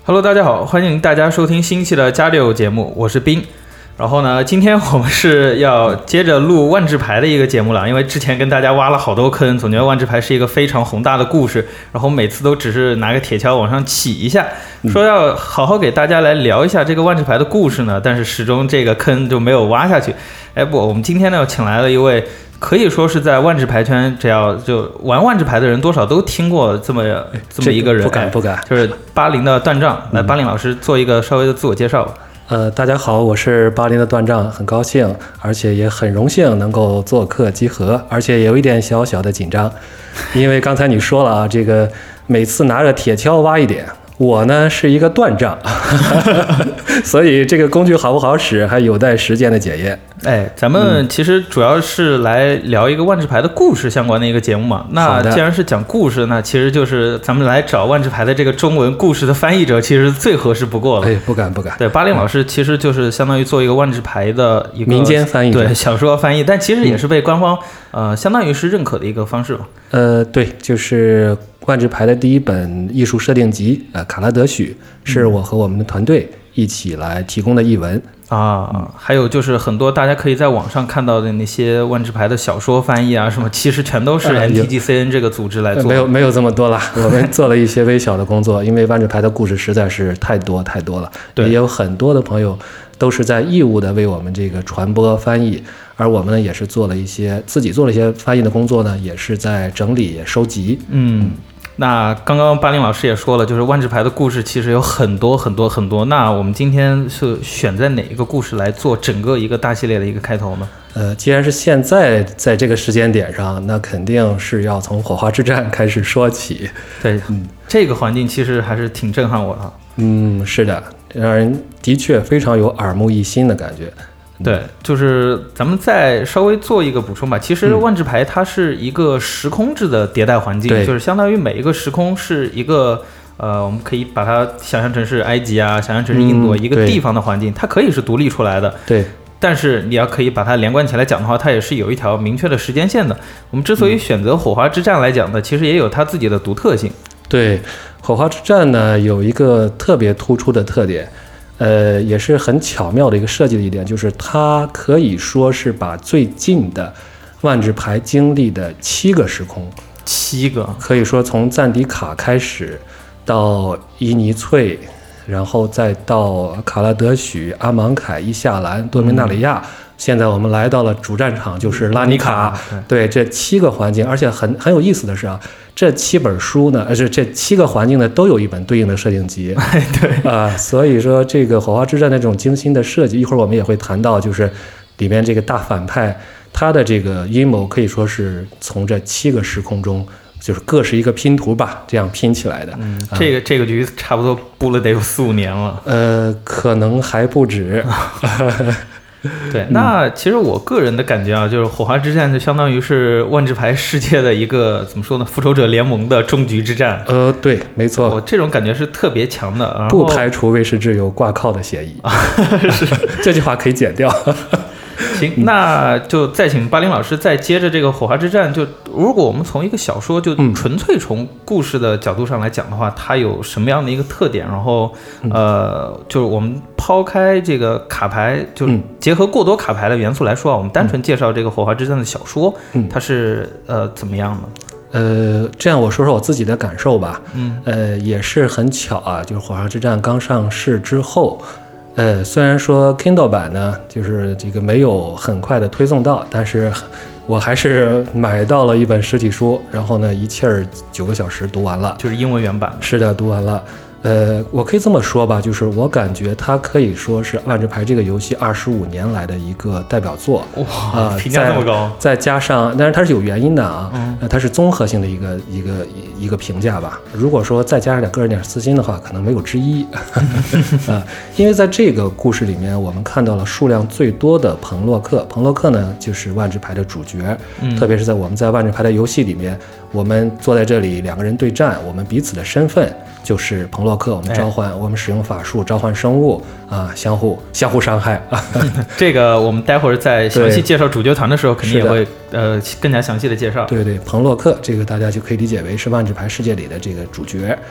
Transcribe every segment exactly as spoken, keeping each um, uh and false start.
Hello， 大家好，欢迎大家收听新期的加六节目，我是冰。然后呢，今天我们是要接着录万智牌的一个节目了，因为之前跟大家挖了好多坑，总觉得万智牌是一个非常宏大的故事，然后每次都只是拿个铁锹往上起一下，说要好好给大家来聊一下这个万智牌的故事呢，但是始终这个坑就没有挖下去。哎不，我们今天呢请来了一位可以说是在万智牌圈，只要就玩万智牌的人，多少都听过这么这么一个人， 不敢不敢， 就是巴林的段丈。来，巴林老师做一个稍微的自我介绍吧。 呃，大家好，我是巴林的段丈，很高兴，而且也很荣幸能够做客集合，而且也有一点小小的紧张，因为刚才你说了啊，这个每次拿着铁锹挖一点。我呢是一个断杖，所以这个工具好不好使还有待时间的检验。 哎，咱们其实主要是来聊一个万智牌的故事相关的一个节目嘛。那既然是讲故事，那其实就是咱们来找万智牌的这个中文故事的翻译者，其实最合适不过了。 哎，不敢不敢。 对，巴林老师其实就是相当于做一个万智牌的一个民间翻译者， 对，小说翻译，但其实也是被官方、嗯、呃，相当于是认可的一个方式吧。 呃，对，就是万智牌的第一本艺术设定集，呃，卡拉德许，是我和我们的团队一起来提供的译文。 啊、嗯，还有就是很多大家可以在网上看到的那些万智牌的小说翻译啊，什么其实全都是 N T G C N 这个组织来做、呃。 没有没有这么多了，我们做了一些微小的工作，因为万智牌的故事实在是太多太多了，也有很多的朋友都是在义务的为我们这个传播翻译，而我们呢也是做了一些自己做了一些翻译的工作呢，也是在整理收集。 嗯。那刚刚巴林老师也说了，就是万智牌的故事其实有很多很多很多。那我们今天是选在哪一个故事来做整个一个大系列的一个开头呢？ 呃，既然是现在在这个时间点上，那肯定是要从火花之战开始说起。 对，嗯，这个环境其实还是挺震撼我的。 嗯，是的，让人的确非常有耳目一新的感觉。 对，就是咱们再稍微做一个补充吧。其实万智牌它是一个时空制的迭代环境，嗯、就是相当于每一个时空是一个呃，我们可以把它想象成是埃及啊，想象成是印度、嗯、一个地方的环境，它可以是独立出来的。 对。 但是你要可以把它连贯起来讲的话，它也是有一条明确的时间线的。我们之所以选择火花之战来讲呢，其实也有它自己的独特性。 对，火花之战呢有一个特别突出的特点。呃，也是很巧妙的一个设计的一点，就是它可以说是把最近的万智牌经历的七个时空， 七个， 可以说从赞迪卡开始，到伊尼翠，然后再到卡拉德许、阿芒凯、伊夏兰、多明纳里亚。嗯，现在我们来到了主战场，就是拉尼卡。对，这七个环境，而且很很有意思的是啊，这七本书呢，而且这七个环境呢，都有一本对应的设定集。 对啊、呃，所以说这个火花之战的这种精心的设计，一会儿我们也会谈到，就是里面这个大反派他的这个阴谋，可以说是从这七个时空中，就是各是一个拼图吧，这样拼起来的。 嗯，这个、呃、这个局差不多布了得有四五年了。 呃，可能还不止。 对，那其实我个人的感觉啊，就是火花之战就相当于是万智牌世界的一个怎么说呢，复仇者联盟的终局之战。 呃，对，没错， 我这种感觉是特别强的， 不排除威士忌有挂靠的嫌疑。是，这句话可以剪掉。 行，那就再请巴林老师再接着这个火花之战，就如果我们从一个小说就纯粹从故事的角度上来讲的话，它有什么样的一个特点？然后呃，就是我们抛开这个卡牌，就结合过多卡牌的元素来说啊，我们单纯介绍这个火花之战的小说，它是呃怎么样的？ 呃，这样我说说我自己的感受吧。嗯，呃，也是很巧啊，就是火花之战刚上市之后。呃，虽然说 Kindle 版呢，就是这个没有很快的推送到，但是我还是买到了一本实体书，然后呢，一气儿九个小时读完了， 就是英文原版。 是的，读完了。呃，我可以这么说吧，就是我感觉它可以说是万智牌这个游戏二十五年来的一个代表作。 哇，呃、评价这么高！ 再加上，但是它是有原因的啊，嗯呃、它是综合性的一个一个一个评价吧。如果说再加上点个人点私心的话，可能没有之一。呃，因为在这个故事里面，我们看到了数量最多的彭洛克。彭洛克呢，就是万智牌的主角，嗯、特别是在我们在万智牌的游戏里面，我们坐在这里两个人对战，我们彼此的身份就是彭洛克，我们召唤，哎、我们使用法术召唤生物啊，相互相互伤害。 这个我们待会儿在详细介绍主角团的时候，肯定也会呃更加详细的介绍。 对对，彭洛克这个大家就可以理解为是万智牌世界里的这个主角。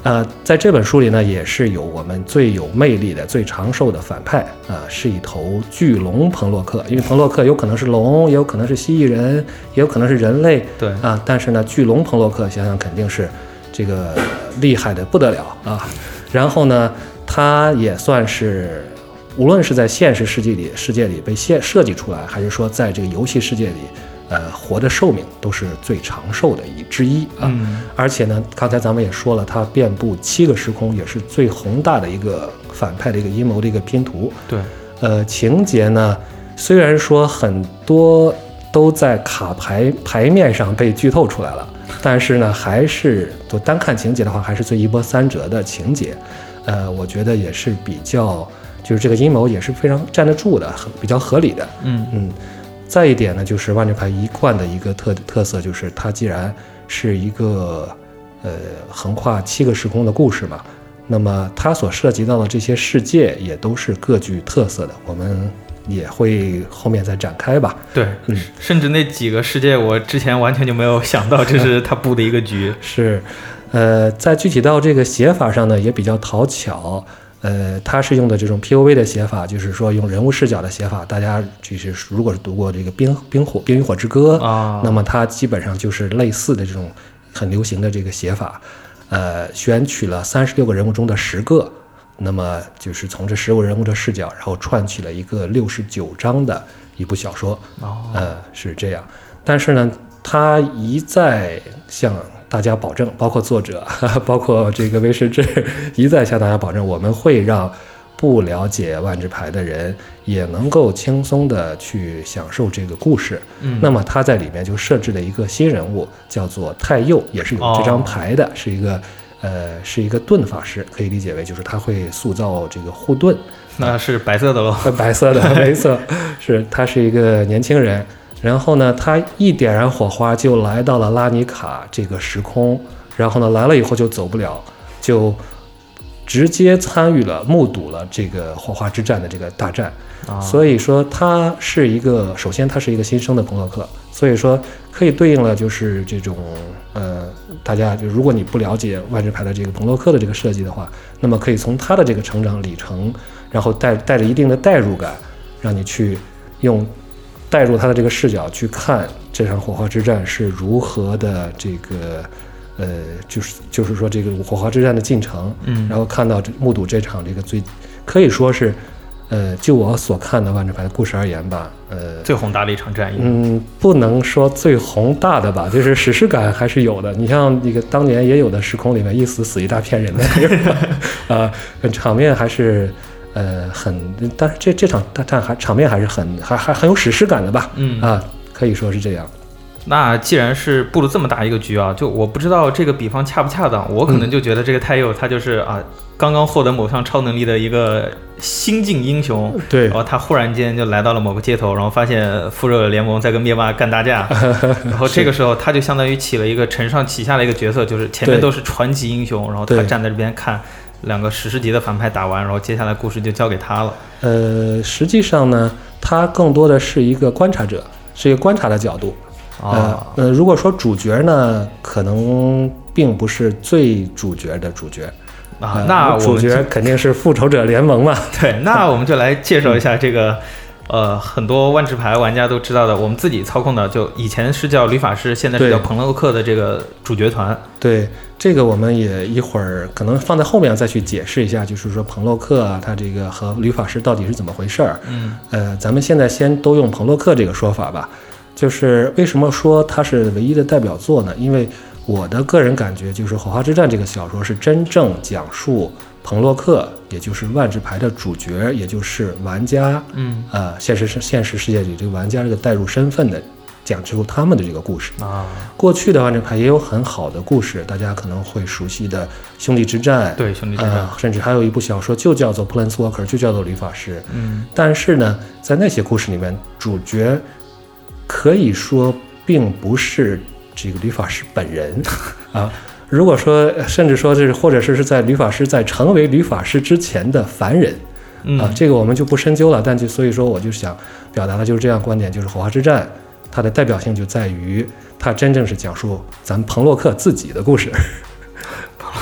呃，在这本书里呢，也是有我们最有魅力的、最长寿的反派啊、呃，是一头巨龙彭洛克。因为彭洛克有可能是龙，也有可能是蜥蜴人，也有可能是人类， 对啊。但是呢，巨龙彭洛克想想肯定是这个厉害的不得了啊。然后呢，他也算是，无论是在现实世界里世界里被现设计出来，还是说在这个游戏世界里。呃，活的寿命都是最长寿的一之一啊， 嗯、 而且呢，刚才咱们也说了，它遍布七个时空，也是最宏大的一个反派的一个阴谋的一个拼图。 对， 呃，情节呢，虽然说很多都在卡牌牌面上被剧透出来了，但是呢，还是就单看情节的话，还是最一波三折的情节。呃，我觉得也是比较，就是这个阴谋也是非常站得住的，比较合理的。 嗯嗯。再一点呢，就是万智牌一贯的一个特特色，就是它既然是一个呃横跨七个时空的故事嘛，那么它所涉及到的这些世界也都是各具特色的，我们也会后面再展开吧。 对， 嗯， 甚至那几个世界我之前完全就没有想到这是他布的一个局。 是，呃，在具体到这个写法上呢，也比较讨巧。呃，他是用的这种 P O V 的写法，就是说用人物视角的写法。大家就是如果是读过这个冰冰火冰与火之歌啊， 那么它基本上就是类似的这种很流行的这个写法。呃，选取了三十六个人物中的十个，那么就是从这十个人物的视角，然后串起了一个六十九章的一部小说。 哦， 呃，是这样。但是呢，他一再向大家保证，包括作者，包括这个威士忌，一再向大家保证，我们会让不了解万智牌的人也能够轻松的去享受这个故事。 嗯， 那么他在里面就设置了一个新人物，叫做太佑，也是有这张牌的，哦、是一个呃是一个盾法师，可以理解为就是他会塑造这个护盾。 那是白色的喽？ 白色的，没错，是他是一个年轻人。然后呢，他一点燃火花就来到了拉尼卡这个时空，然后呢，来了以后就走不了，就直接参与了、目睹了这个火花之战的这个大战。啊、所以说，他是一个，首先他是一个新生的彭洛克，所以说可以对应了就是这种呃，大家就如果你不了解万智牌的这个彭洛克的这个设计的话，那么可以从他的这个成长里程，然后带带着一定的代入感，让你去用。带入他的这个视角去看这场火花之战是如何的这个，呃，就是就是说这个火花之战的进程， 嗯， 然后看到目睹这场这个最可以说是，呃，就我所看的万智牌的故事而言吧，呃， 最宏大的一场战役， 嗯，不能说最宏大的吧，就是史诗感还是有的。你像那个当年也有的时空里面一死死一大片人的，啊、呃，场面还是。呃，很，但是这这场大战还场面还是很还还很有史诗感的吧？ 嗯啊，可以说是这样。 那既然是布了这么大一个局啊，就我不知道这个比方恰不恰当，我可能就觉得这个太佑他就是啊，刚刚获得某项超能力的一个新晋英雄， 对， 然后他忽然间就来到了某个街头，然后发现复仇者联盟在跟灭霸干大架，然后这个时候他就相当于起了一个承上启下的一个角色，就是前面都是传奇英雄，然后他站在这边看。两个史诗级的反派打完，然后接下来故事就交给他了。 呃，实际上呢，他更多的是一个观察者，是一个观察的角度。 哦、 呃呃，如果说主角呢，可能并不是最主角的主角啊、 呃， 那主角肯定是复仇者联盟嘛。 对，那我们就来介绍一下这个。呃，很多万智牌玩家都知道的，我们自己操控的，就以前是叫吕法师，现在是叫彭洛克的这个主角团。 对，这个我们也一会儿可能放在后面再去解释一下，就是说彭洛克啊，他这个和吕法师到底是怎么回事儿。 嗯， 呃，咱们现在先都用彭洛克这个说法吧。就是为什么说它是唯一的代表作呢？因为我的个人感觉，就是《火花之战》这个小说是真正讲述。彭洛克，也就是万智牌的主角，也就是玩家， 嗯， 呃，现实现实世界里这个玩家这个代入身份的，讲出他们的这个故事啊。过去的万智牌也有很好的故事，大家可能会熟悉的《兄弟之战》， 对，兄弟之战、呃， 甚至还有一部小说就叫做《Planeswalker》，就叫做《吕法师》。 嗯， 但是呢，在那些故事里面，主角可以说并不是这个吕法师本人啊。如果说，甚至说是，或者是是在吕法师在成为吕法师之前的凡人， 嗯、 啊，这个我们就不深究了。但就所以说，我就想表达的就是这样观点，就是火花之战，它的代表性就在于它真正是讲述咱们彭洛克自己的故事。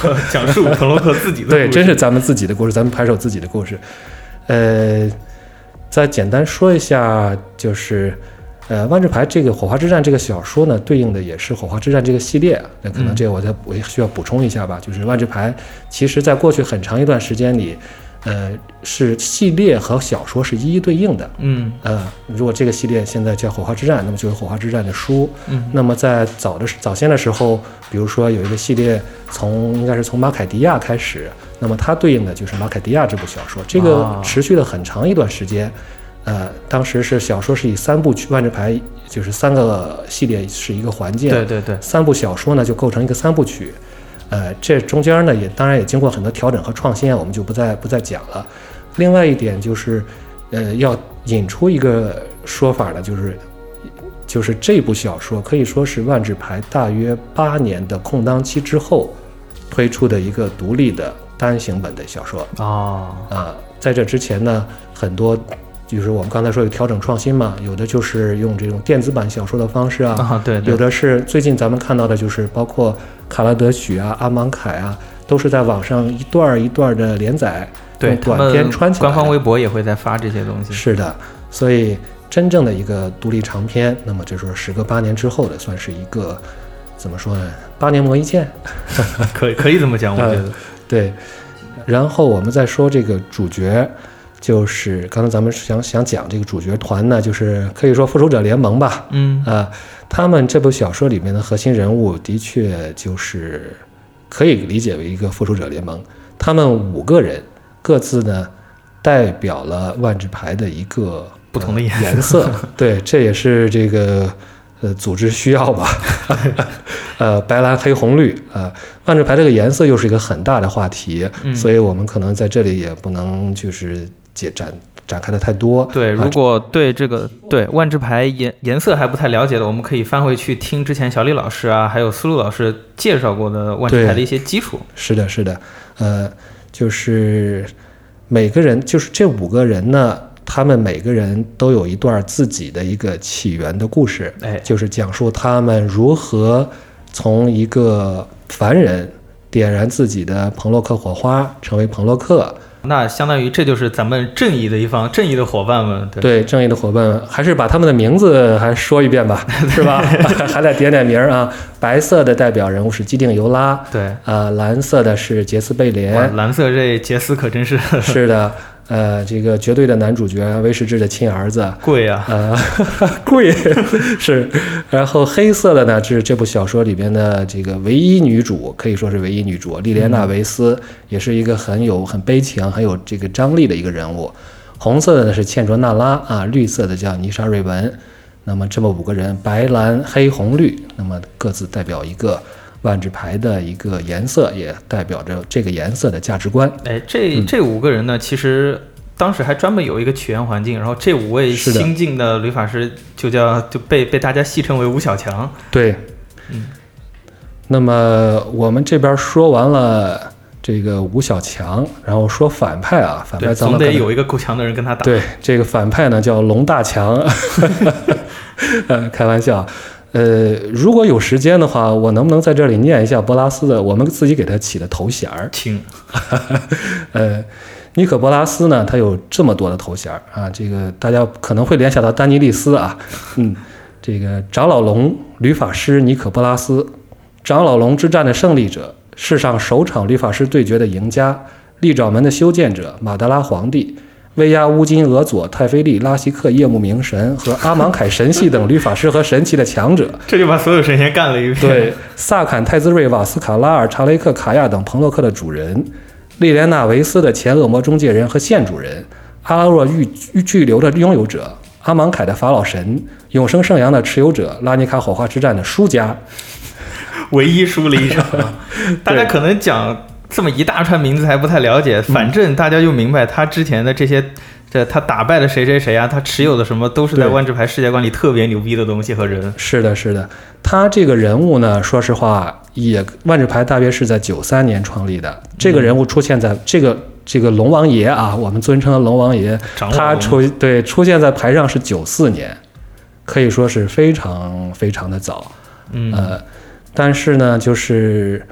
讲述彭洛克自己的故事。 对，真是咱们自己的故事，咱们拍手自己的故事。呃，再简单说一下，就是呃，万智牌这个《火花之战》这个小说呢，对应的也是《火花之战》这个系列。那可能这个我再我需要补充一下吧，就是万智牌其实在过去很长一段时间里。呃，是系列和小说是一一对应的。 嗯， 呃，如果这个系列现在叫《火花之战》，那么就有《火花之战》的书。 嗯， 那么在早的早先的时候，比如说有一个系列从应该是从马凯迪亚开始，那么它对应的就是马凯迪亚这部小说，这个持续了很长一段时间。呃，当时是小说是以三部曲万智牌，就是三个系列是一个环境。 对对对， 三部小说呢就构成一个三部曲。呃，这中间呢也当然也经过很多调整和创新啊，我们就不再不再讲了。另外一点就是，呃，要引出一个说法呢，就是就是这部小说可以说是万智牌大约八年的空档期之后推出的一个独立的单行本的小说啊。 哦、 呃，在这之前呢，很多。就是我们刚才说有调整创新嘛，有的就是用这种电子版小说的方式啊， 啊对对， 有的是最近咱们看到的，就是包括卡拉德许啊、阿芒凯啊，都是在网上一段一段的连载， 对， 短篇穿起来， 官方微博也会在发这些东西。 是的，所以真正的一个独立长篇，那么就是时隔八年之后的，算是一个怎么说呢？八年磨一剑， 可以可以这么讲，我觉得、呃、 对。然后我们再说这个主角。就是刚才咱们想想讲这个主角团呢，就是可以说复仇者联盟吧， 嗯啊、呃，他们这部小说里面的核心人物的确就是可以理解为一个复仇者联盟，他们五个人各自呢代表了万智牌的一个不同的颜色， 呃、颜色对，这也是这个呃组织需要吧，呃，白蓝黑红绿啊、呃，万智牌这个颜色又是一个很大的话题， 嗯、 所以我们可能在这里也不能就是解展展开的太多。 对，如果对这个对万智牌颜颜色还不太了解的，我们可以翻回去听之前小李老师啊，还有思路老师介绍过的万智牌的一些基础。 是的，是的，呃，就是每个人，就是这五个人呢，他们每个人都有一段自己的一个起源的故事， 哎， 就是讲述他们如何从一个凡人点燃自己的彭洛克火花，成为彭洛克。 那相当于这就是咱们正义的一方，正义的伙伴们。对， 对正义的伙伴们，还是把他们的名字还说一遍吧，是吧？还得点点名啊。白色的代表人物是基定尤拉， 对， 啊、呃，蓝色的是杰斯贝莲。 蓝色这杰斯可真是是的。呃，这个绝对的男主角威士忌的亲儿子， 贵啊， 呃，贵是。然后黑色的呢，是这部小说里边的这个唯一女主，可以说是唯一女主莉莲娜维斯，嗯、也是一个很有很悲情、很有这个张力的一个人物。红色的呢是茜卓娜拉啊，绿色的叫妮莎瑞文。那么这么五个人，白蓝黑红绿，那么各自代表一个万智牌的一个颜色，也代表着这个颜色的价值观。 哎，这这五个人呢，其实当时还专门有一个起源环境，然后这五位新晋的吕法师就叫就被被大家戏称为吴小强。 对， 嗯。 那么我们这边说完了这个吴小强，然后说反派啊，反派咱们总得有一个够强的人跟他打。 对，这个反派呢叫龙大强，呃，开玩笑。呃，如果有时间的话，我能不能在这里念一下波拉斯的我们自己给他起的头衔儿？ 请。 呃，尼可波拉斯呢，他有这么多的头衔啊，这个大家可能会联想到丹尼利斯啊，嗯，这个长老龙吕法师尼可波拉斯，长老龙之战的胜利者，世上首场吕法师对决的赢家，利爪门的修建者马德拉皇帝。威压乌金俄佐、泰菲利、拉希克、夜幕冥神和阿芒凯神系等律法师和神奇的强者， 这就把所有神仙干了一遍。 对，萨坎、泰兹瑞、瓦斯卡拉尔、查雷克、卡亚等彭洛克的主人，莉莲娜维斯的前恶魔中介人和现主人，阿拉若巨巨流的拥有者，阿芒凯的法老神，永生圣阳的持有者，拉尼卡火花之战的输家， 唯一输了一场。大家可能讲这么一大串名字还不太了解，反正大家就明白他之前的这些，这他打败了谁谁谁啊，他持有的什么都是在万智牌世界观里特别牛逼的东西和人。 是的，是的，他这个人物呢，说实话，也万智牌大约是在九三年创立的。这个人物出现在这个这个龙王爷啊，我们尊称的龙王爷，他出对出现在牌上是九四年，可以说是非常非常的早。 嗯， 呃，但是呢，就是。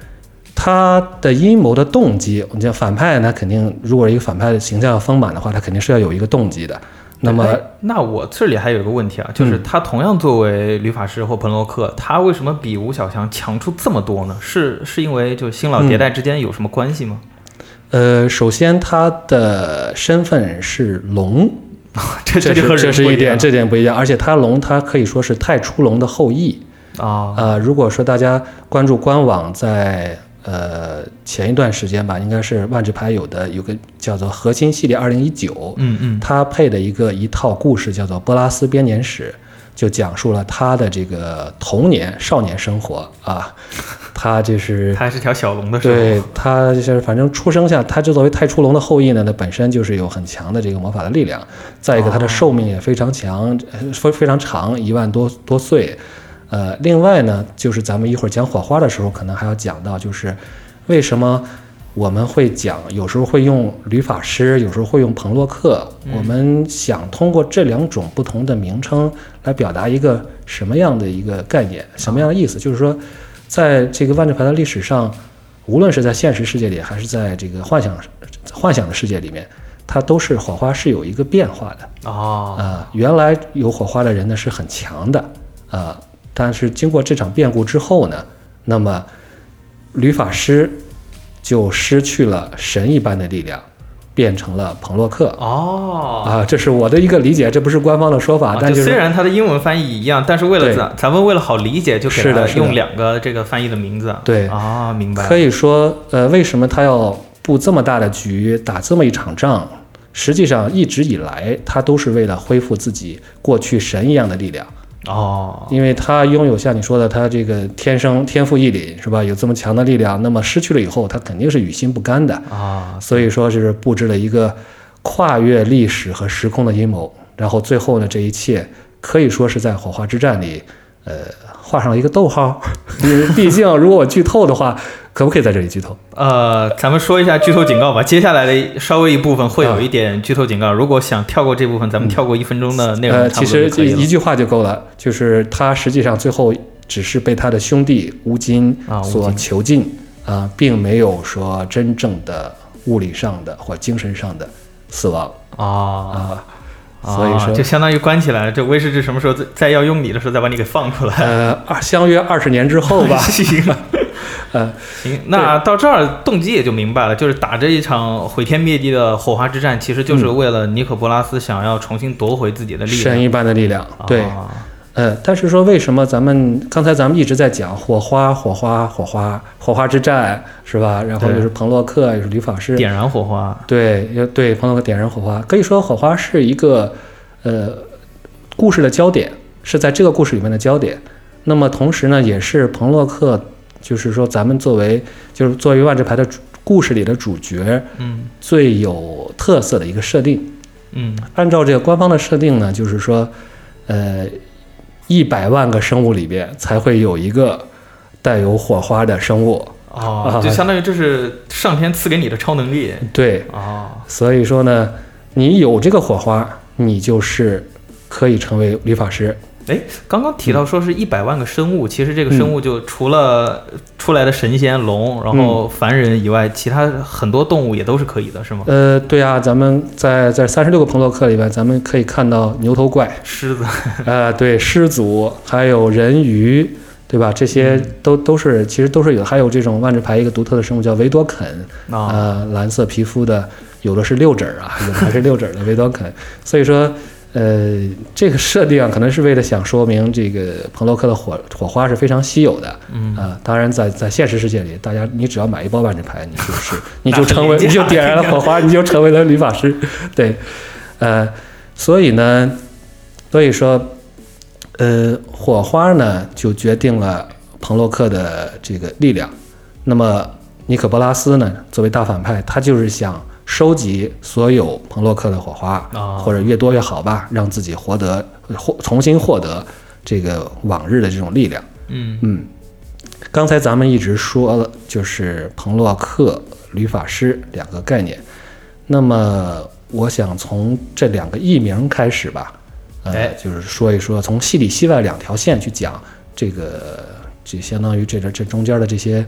他的阴谋的动机，我们讲反派，他肯定如果一个反派的形象要丰满的话，他肯定是要有一个动机的。那么， 那我这里还有一个问题啊，就是他同样作为吕法师或彭洛克，他为什么比吴小强强出这么多呢？是是因为就新老迭代之间有什么关系吗？ 嗯、呃，首先他的身份是龙。 这这是这是一点，这点不一样。而且他龙，他可以说是太初龙的后裔啊。 呃，如果说大家关注官网，在呃前一段时间吧，应该是万智牌有的有个叫做核心系列二零一九， 嗯嗯， 他配的一个一套故事叫做《波拉斯编年史》，就讲述了他的这个童年少年生活啊。他就是他是条小龙的时候， 对，他就是反正出生下，他就作为太初龙的后裔呢，他本身就是有很强的这个魔法的力量。再一个，他的寿命也非常强，非非常长，一万多多岁。呃，另外呢，就是咱们一会儿讲火花的时候，可能还要讲到，就是为什么我们会讲，有时候会用吕法师，有时候会用彭洛克。 嗯、 我们想通过这两种不同的名称来表达一个什么样的一个概念，什么样的意思？就是说，在这个万智牌的历史上，无论是在现实世界里，还是在这个幻想幻想的世界里面，它都是火花是有一个变化的啊、 哦呃。原来有火花的人呢是很强的啊、呃，但是经过这场变故之后呢，那么吕法师就失去了神一般的力量，变成了彭洛克。 哦啊，这是我的一个理解，这不是官方的说法。 啊、 但、就是、 虽然它的英文翻译一样，但是为了咱咱们为了好理解，就给它用两个这个翻译的名字。 对啊，明白。 可以说，呃，为什么他要布这么大的局，打这么一场仗？实际上一直以来，他都是为了恢复自己过去神一样的力量。 哦， 因为他拥有像你说的，他这个天生天赋异禀，是吧？有这么强的力量，那么失去了以后，他肯定是于心不甘的啊。 所以说，就是布置了一个跨越历史和时空的阴谋。然后最后呢，这一切可以说是在火花之战里，呃，画上了一个逗号。因为毕竟，如果我剧透的话，可不可以在这里剧透？ 呃，咱们说一下剧透警告吧。接下来的稍微一部分会有一点剧透警告，啊、如果想跳过这部分，咱们跳过一分钟的内容、嗯。呃， 其实一句话就够了，就是他实际上最后只是被他的兄弟乌金所囚禁啊、呃，并没有说真正的物理上的或精神上的死亡啊啊。所以说、 啊，就相当于关起来了。这威士忌什么时候再要用你的时候，再把你给放出来？ 呃，二相约二十年之后吧。 行， 呃， 行，那到这儿动机也就明白了，就是打这一场毁天灭地的火花之战，其实就是为了尼可波拉斯想要重新夺回自己的力量， 神一般的力量。对， 啊、 呃，但是说为什么咱们刚才咱们一直在讲火花、火花、火花、火花之战，是吧？然后又是彭洛克，又是吕法师点燃火花。 对，对，彭洛克点燃火花，可以说火花是一个呃故事的焦点，是在这个故事里面的焦点。那么同时呢，也是彭洛克，就是说咱们作为就是作为万智牌的故事里的主角， 嗯， 最有特色的一个设定。 嗯， 按照这个官方的设定呢，就是说，呃。一百万个生物里边才会有一个带有火花的生物哦，就相当于这是上天赐给你的超能力。 对哦， 所以说呢，你有这个火花，你就是可以成为吕法师。 哎，刚刚提到说是一百万个生物、嗯，其实这个生物就除了出来的神仙龙，然后凡人以外，嗯、其他很多动物也都是可以的，是吗？ 呃，对啊，咱们在在三十六个彭洛克里边，咱们可以看到牛头怪、 狮子， 呃，对，狮族，还有人鱼，对吧？这些都都是其实都是有，还有这种万智牌一个独特的生物叫维多肯，啊、呃，蓝色皮肤的，有的是六指啊，有的还是六指的维多肯，所以说。呃，这个设定啊，可能是为了想说明这个彭洛克的火火花是非常稀有的。 嗯啊、呃，当然在在现实世界里，大家你只要买一包万智牌，你就是你就成为你就点燃了火花，你就成为了吕法师。对，呃，所以呢，所以说，呃，火花呢就决定了彭洛克的这个力量。那么尼可波拉斯呢，作为大反派，他就是想。收集所有彭洛克的火花、 哦、 或者越多越好吧，让自己获得获重新获得这个往日的这种力量。 嗯嗯，刚才咱们一直说了，就是彭洛克、吕法师两个概念。那么我想从这两个译名开始吧，呃， 哎、 就是说一说从戏里戏外两条线去讲这个，这相当于这这中间的这些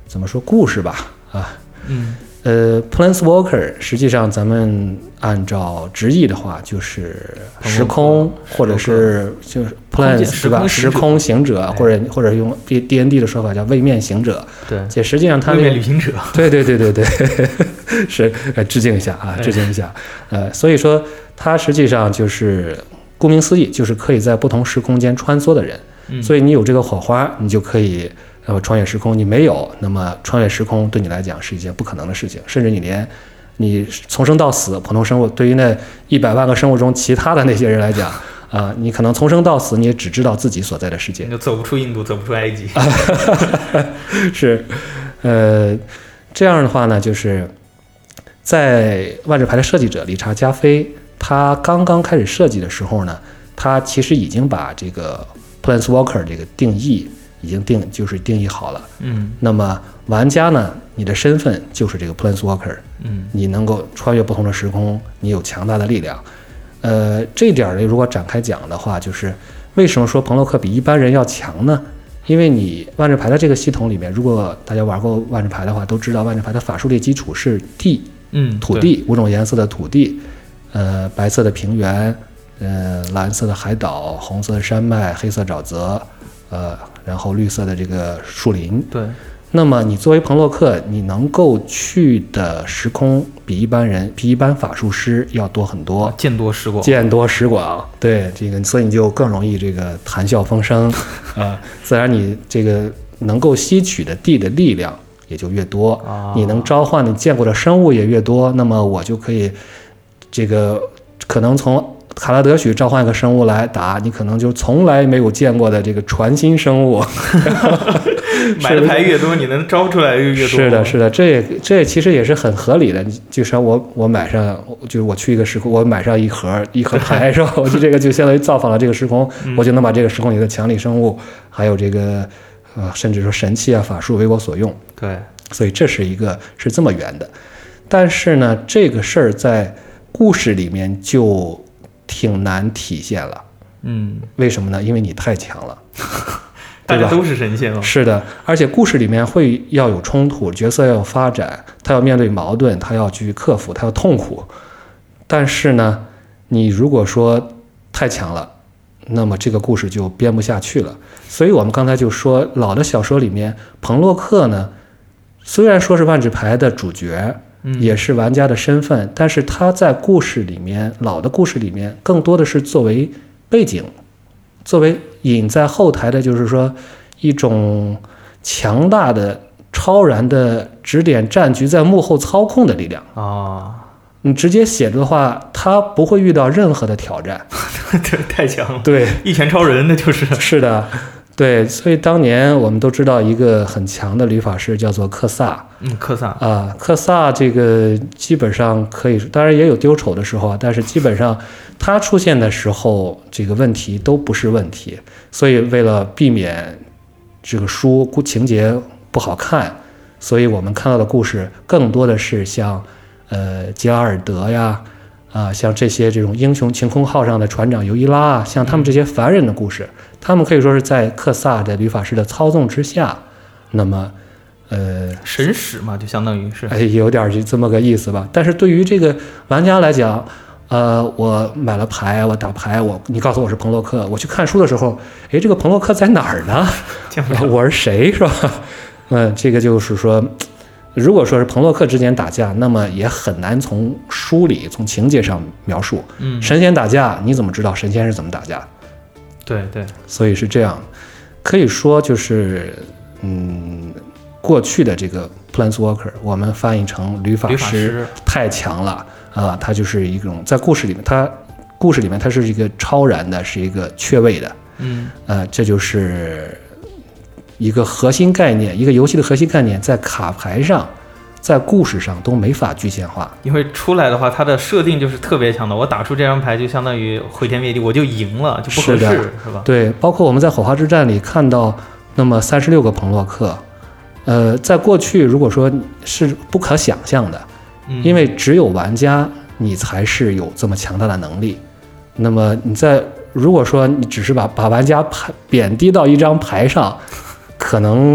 怎么说故事吧啊， 嗯。 呃 ，Planeswalker 实际上咱们按照直译的话就是时空，或者是就是 Plans 对吧？时空行者，或者或者用 D N D 的说法叫位面行者。 对， 这实际上它位面旅行者。 对对对对对，是呃致敬一下啊，致敬一下。呃，所以说它实际上就是顾名思义，就是可以在不同时空间穿梭的人。 嗯、 所以你有这个火花，你就可以。呃，穿越时空你没有，那么穿越时空对你来讲是一件不可能的事情，甚至你连你从生到死，普通生物对于那一百万个生物中其他的那些人来讲，啊、呃，你可能从生到死你也只知道自己所在的世界， 你就走不出印度，走不出埃及。 是，呃，这样的话呢，就是在万智牌的设计者理查加菲，他刚刚开始设计的时候呢，他其实已经把这个 Planeswalker 这个定义。已经定就是定义好了， 嗯， 那么玩家呢，你的身份就是这个 Planeswalker， 嗯， 你能够穿越不同的时空，你有强大的力量，呃，这一点呢，如果展开讲的话，就是为什么说彭洛克比一般人要强呢？因为你万智牌的这个系统里面，如果大家玩过万智牌的话，都知道万智牌的法术力基础是地， 嗯， 土地五种颜色的土地，呃，白色的平原，呃，蓝色的海岛，红色的山脉，黑色沼泽，呃。然后绿色的这个树林， 对。 那么你作为彭洛克，你能够去的时空比一般人、比一般法术师要多很多， 见多识广， 见多识广。对这个，所以你就更容易这个谈笑风生，啊、呃，自然你这个能够吸取的地的力量也就越多， 啊、 你能召唤你见过的生物也越多，那么我就可以这个可能从。卡拉德许召唤一个生物来打，你可能就从来没有见过的这个传新生物。 买的牌越多，你能招出来越多。 是的，是的，这也这也其实也是很合理的。就是我我买上，就是我去一个时空，我买上一盒一盒牌是吧？我就这个就相当于造访了这个时空， 嗯、 我就能把这个时空里的强力生物，还有这个呃，甚至说神器啊、法术为我所用。 对， 所以这是一个是这么圆的。但是呢，这个事儿在故事里面就。挺难体现了， 嗯， 为什么呢？因为你太强了， 大家都是神仙了。 是的，而且故事里面会要有冲突，角色要有发展，他要面对矛盾，他要去克服，他要痛苦。但是呢，你如果说太强了，那么这个故事就编不下去了。所以我们刚才就说，老的小说里面，彭洛克呢，虽然说是万智牌的主角。也是玩家的身份，但是他在故事里面，老的故事里面，更多的是作为背景，作为隐在后台的，就是说一种强大的、超然的指点战局，在幕后操控的力量啊、哦。 你直接写的话，他不会遇到任何的挑战， 对，太强了， 对， 一拳超人，那就是是的。对，所以当年我们都知道一个很强的旅法师叫做克萨， 嗯，克萨啊，克萨这个基本上可以，当然也有丢丑的时候啊，但是基本上他出现的时候，这个问题都不是问题。所以为了避免这个书情节不好看，所以我们看到的故事更多的是像呃吉拉尔德呀。啊，像这些这种英雄晴空号上的船长尤伊拉啊，像他们这些凡人的故事，他们可以说是在克萨的旅法师的操纵之下，那么，呃， 神使嘛，就相当于是， 哎，有点这么个意思吧。但是对于这个玩家来讲，呃，我买了牌，我打牌，我你告诉我是彭洛克，我去看书的时候，哎，这个彭洛克在哪儿呢？我是谁，是吧？嗯、呃，这个就是说。如果说是彭洛克之间打架，那么也很难从书里、从情节上描述。 嗯， 神仙打架，你怎么知道神仙是怎么打架？ 对对， 所以是这样，可以说就是，嗯，过去的这个 Planeswalker， 我们翻译成旅法师太强了啊、呃，它就是一种在故事里面，它故事里面它是一个超然的，是一个缺位的。 嗯， 呃，这就是一个核心概念，一个游戏的核心概念，在卡牌上，在故事上都没法具象化。 因为出来的话，它的设定就是特别强的，我打出这张牌就相当于毁天灭地，我就赢了，就不合适， 是, 是吧？ 对，包括我们在火花之战里看到那么三十六个彭洛克，呃，在过去如果说是不可想象的， 嗯、 因为只有玩家你才是有这么强大的能力。那么你在如果说你只是把把玩家牌贬低到一张牌上，可能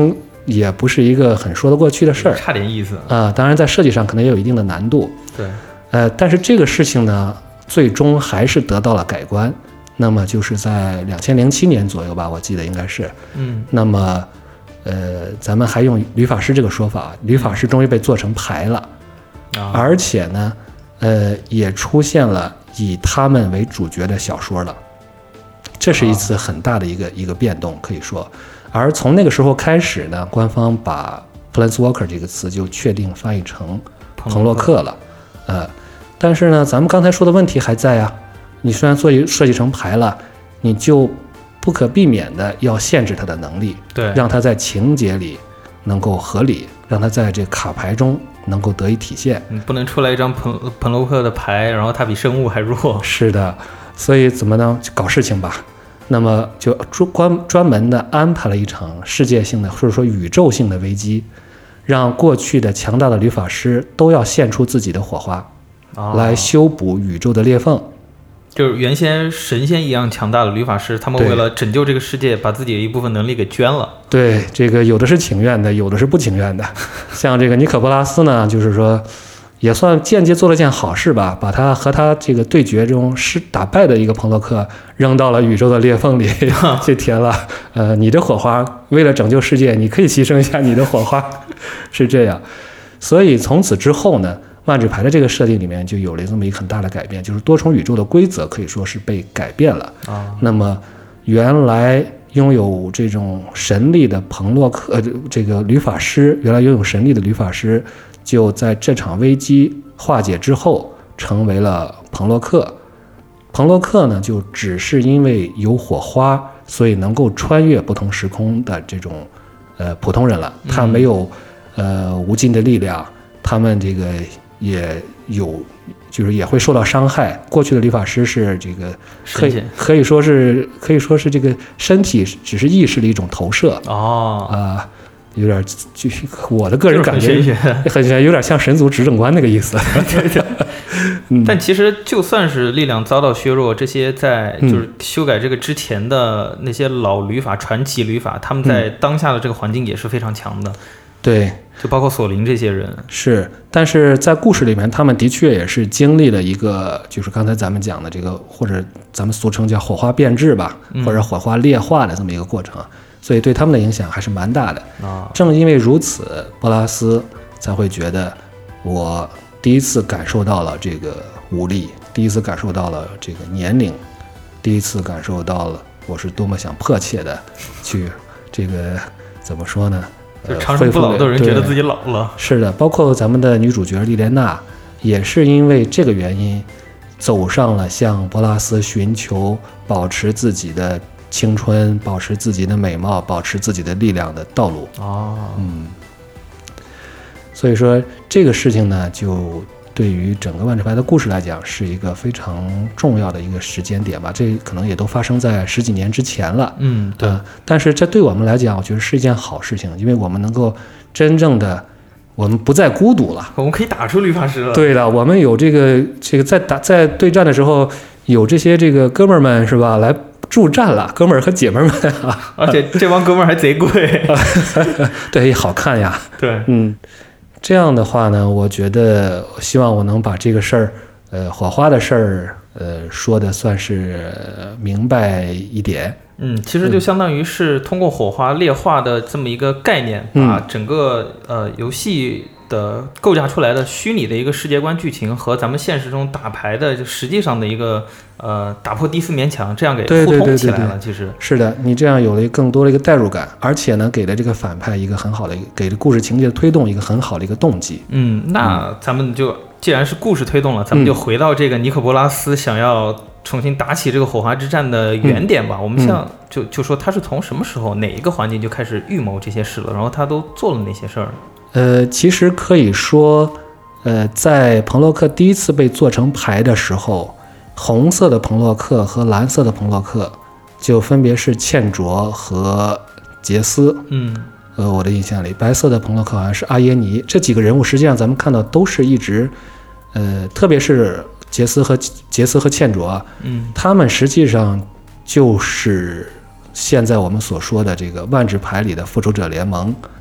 也不是一个很说得过去的事儿， 差点意思啊、呃。当然，在设计上可能也有一定的难度。 对， 呃，但是这个事情呢，最终还是得到了改观。那么就是在两千零七年左右吧，我记得应该是。 嗯。 那么，呃，咱们还用吕法师这个说法，吕法师终于被做成牌了， 啊、 而且呢，呃，也出现了以他们为主角的小说了。这是一次很大的一个、啊、一个变动，可以说。而从那个时候开始呢，官方把 Planeswalker 这个词就确定翻译成彭洛克了。呃，但是呢，咱们刚才说的问题还在啊。你虽然做设计成牌了，你就不可避免的要限制它的能力， 对， 让它在情节里能够合理，让它在这卡牌中能够得以体现。 你不能出来一张彭彭洛克的牌，然后它比生物还弱。 是的，所以怎么呢？搞事情吧。那么就专专门的安排了一场世界性的或者说宇宙性的危机，让过去的强大的律法师都要献出自己的火花， 哦、 来修补宇宙的裂缝。 就是原先神仙一样强大的律法师，他们为了拯救这个世界，把自己的一部分能力给捐了。 对，这个有的是情愿的，有的是不情愿的。像这个尼可波拉斯呢，就是说也算间接做了件好事吧，把他和他这个对决中失打败的一个彭洛克扔到了宇宙的裂缝里去填了。呃，你的火花为了拯救世界，你可以牺牲一下你的火花，是这样。所以从此之后呢，万智牌的这个设定里面就有了这么一个很大的改变，就是多重宇宙的规则可以说是被改变了。 啊， 那么原来拥有这种神力的彭洛克，呃，这个吕法师，原来拥有神力的吕法师，就在这场危机化解之后，成为了彭洛克。彭洛克呢，就只是因为有火花，所以能够穿越不同时空的这种呃普通人了。他没有呃无尽的力量，他们这个也有，就是也会受到伤害。过去的理发师是这个可以可以说是可以说是这个身体只是意识的一种投射哦啊、呃，有点就我的个人感觉很玄学， 很玄，有点像神族执政官那个意思。 对对。嗯、但其实就算是力量遭到削弱，这些在就是修改这个之前的那些老旅法、传奇旅法，他们在当下的这个环境也是非常强的。 对， 就包括索林这些人是，但是在故事里面，他们的确也是经历了一个，就是刚才咱们讲的这个，或者咱们俗称叫火花变质吧， 嗯、 或者火花裂化的这么一个过程，所以对他们的影响还是蛮大的。 啊， 正因为如此，波拉斯才会觉得，我第一次感受到了这个无力，第一次感受到了这个年龄，第一次感受到了我是多么想迫切的去这个怎么说呢？ 就长生不老的人觉得自己老了。 是的，包括咱们的女主角莉莲娜，也是因为这个原因，走上了向波拉斯寻求保持自己的青春、保持自己的美貌、保持自己的力量的道路。 哦， 嗯，所以说这个事情呢，就对于整个万智牌的故事来讲，是一个非常重要的一个时间点吧。这可能也都发生在十几年之前了。 嗯，对。 呃、但是这对我们来讲，我觉得是一件好事情，因为我们能够真正的，我们不再孤独了。 我们可以打出律法师了。 对了，我们有这个这个在打在对战的时候，有这些这个哥们儿们是吧，来助战了，哥们儿和姐们儿们啊。 而且这帮哥们儿还贼贵。 对，好看呀。 对， 嗯。这样的话呢，我觉得希望我能把这个事儿，呃，火花的事儿，呃，说的算是明白一点。 嗯，其实就相当于是通过火花裂化的这么一个概念， 嗯、 把整个呃游戏的构架出来的虚拟的一个世界观剧情和咱们现实中打牌的就实际上的一个呃打破第四面墙，这样给互通起来了。 对对对对对， 其实是的，你这样有了更多的一个代入感，而且呢，给了这个反派一个很好的，给了故事情节的推动一个很好的一个动机。 嗯，那咱们就既然是故事推动了，咱们就回到这个尼可波拉斯想要重新打起这个火花之战的原点吧。嗯、我们像就就说他是从什么时候哪一个环境就开始预谋这些事了，然后他都做了哪些事儿呢？ 呃，其实可以说，呃，在彭洛克第一次被做成牌的时候，红色的彭洛克和蓝色的彭洛克就分别是茜卓和杰斯。 嗯， 呃，我的印象里，白色的彭洛克好像是阿耶尼。这几个人物实际上咱们看到都是一直，呃，特别是杰斯和杰斯和茜卓， 嗯， 他们实际上就是现在我们所说的这个万智牌里的复仇者联盟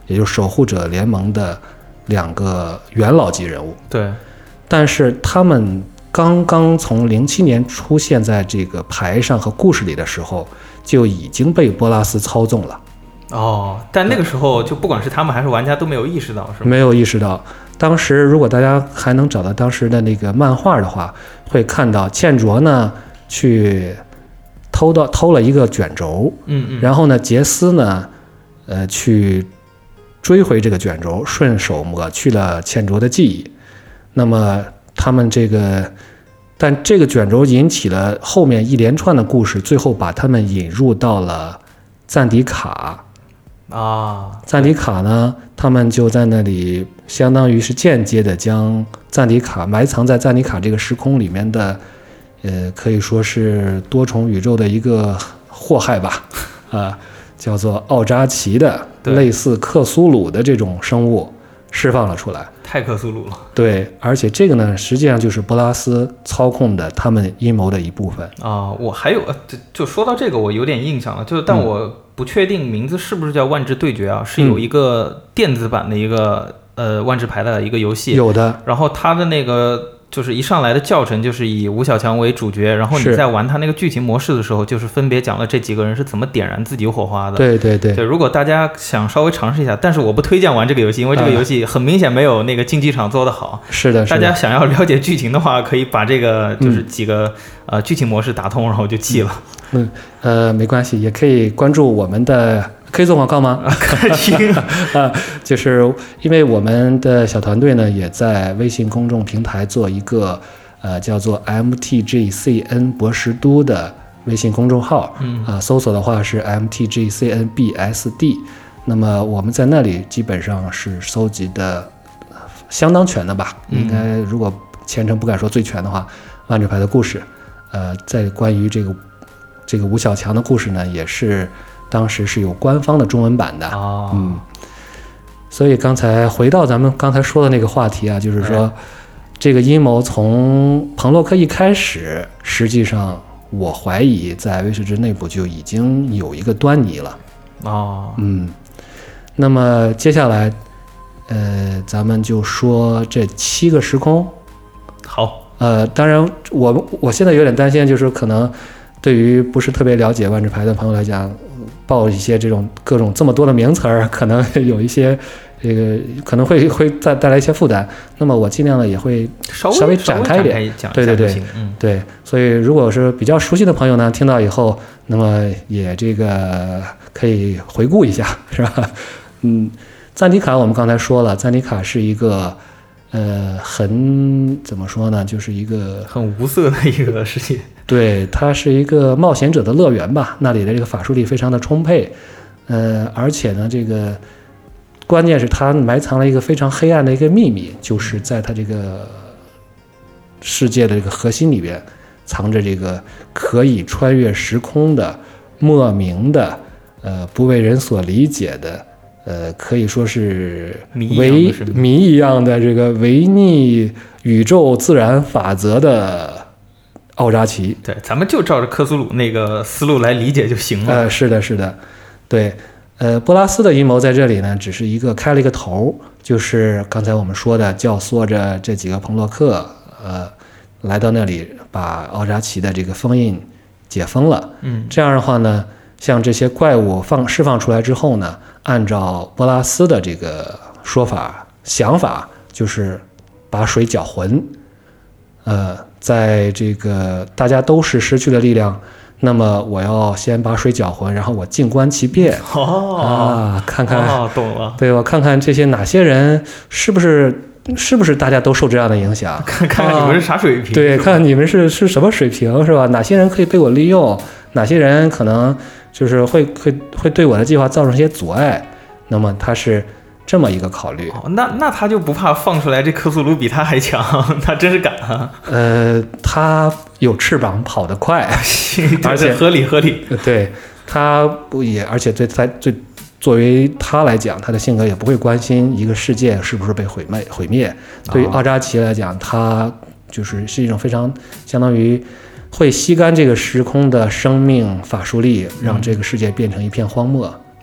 也就是守护者联盟的两个元老级人物。 对， 但是他们刚刚从零七年出现在这个牌上和故事里的时候，就已经被波拉斯操纵了。 哦，但那个时候就不管是他们还是玩家都没有意识到，是吗？ 没有意识到。当时如果大家还能找到当时的那个漫画的话，会看到茜卓呢去偷到偷了一个卷轴， 嗯嗯， 然后呢杰斯呢呃去追回这个卷轴，顺手抹去了茜卓的记忆。那么他们这个，但这个卷轴引起了后面一连串的故事，最后把他们引入到了赞迪卡。 啊， 赞迪卡呢，他们就在那里相当于是间接的将赞迪卡埋藏在赞迪卡这个时空里面的，呃，可以说是多重宇宙的一个祸害吧，啊，叫做奥扎奇的类似克苏鲁的这种生物释放了出来。 太克苏鲁了。 对，而且这个呢，实际上就是波拉斯操控的他们阴谋的一部分啊。我还有，就就说到这个，我有点印象了，就但我不确定名字是不是叫《万智对决》啊，是有一个电子版的一个呃万智牌的一个游戏， 有的。 然后它的那个就是一上来的教程就是以吴小强为主角，然后你在玩它那个剧情模式的时候，就是分别讲了这几个人是怎么点燃自己火花的。 对对对对，如果大家想稍微尝试一下，但是我不推荐玩这个游戏，因为这个游戏很明显没有那个竞技场做得好。 是的，是的。大家想要了解剧情的话，可以把这个就是几个、嗯、呃剧情模式打通，然后就弃了。 嗯呃，没关系，也可以关注我们的。可以做广告吗？ 可以啊，就是因为我们的小团队呢，也在微信公众平台做一个呃叫做 M T G C N 博识都的微信公众号， 嗯啊，搜索的话是 M T G C N B S D。那么我们在那里基本上是搜集的相当全的吧， 嗯、 应该如果全程不敢说最全的话，万智牌的故事，呃，在关于这个这个吴小强的故事呢，也是。当时是有官方的中文版的、 哦、 嗯，所以刚才回到咱们刚才说的那个话题啊，就是说、哎、这个阴谋从彭洛克一开始，实际上我怀疑在威士忌内部就已经有一个端倪了哦， 嗯，那么接下来呃，咱们就说这七个时空。 好， 呃，当然我我现在有点担心，就是可能对于不是特别了解万智牌的朋友来讲，报一些这种各种这么多的名词儿，可能有一些这个可能会会带带来一些负担。那么我尽量呢也会稍微展开一点，对对对， 嗯， 对。所以如果是比较熟悉的朋友呢，听到以后，那么也这个可以回顾一下，是吧？嗯，赞迪卡我们刚才说了，赞迪卡是一个呃很怎么说呢，就是一个很无色的一个世界。 对，它是一个冒险者的乐园吧，那里的这个法术力非常的充沛，呃，而且呢，这个关键是它埋藏了一个非常黑暗的一个秘密，就是在它这个世界的这个核心里边，藏着这个可以穿越时空的、莫名的、呃，不为人所理解的，呃，可以说是维谜一样的这个违逆宇宙自然法则的。奥扎奇， 对，咱们就照着科苏鲁那个思路来理解就行了。 呃，是的，是的，对，呃，波拉斯的阴谋在这里呢，只是一个开了一个头，就是刚才我们说的，教唆着这几个彭洛克，呃，来到那里把奥扎奇的这个封印解封了。 嗯， 这样的话呢，像这些怪物放释放出来之后呢，按照波拉斯的这个说法想法，就是把水搅浑，呃。在这个大家都是失去了力量，那么我要先把水搅浑，然后我静观其变。 哦啊，看看， 哦，懂了。 对，我看看这些哪些人是不是是不是大家都受这样的影响？ 看看看你们是啥水平？ 啊、对，看看你们是是什么水平，是吧？哪些人可以被我利用？哪些人可能就是会会会对我的计划造成一些阻碍？那么他是。这么一个考虑， 哦、那那他就不怕放出来这克苏鲁比他还强，他真是敢啊！ 呃，他有翅膀，跑得快，而且合理合理。 对，他不也，而且对他对作为他来讲，他的性格也不会关心一个世界是不是被毁灭毁灭。对于奥扎奇来讲，他就是是一种非常相当于会吸干这个时空的生命法术力，让这个世界变成一片荒漠。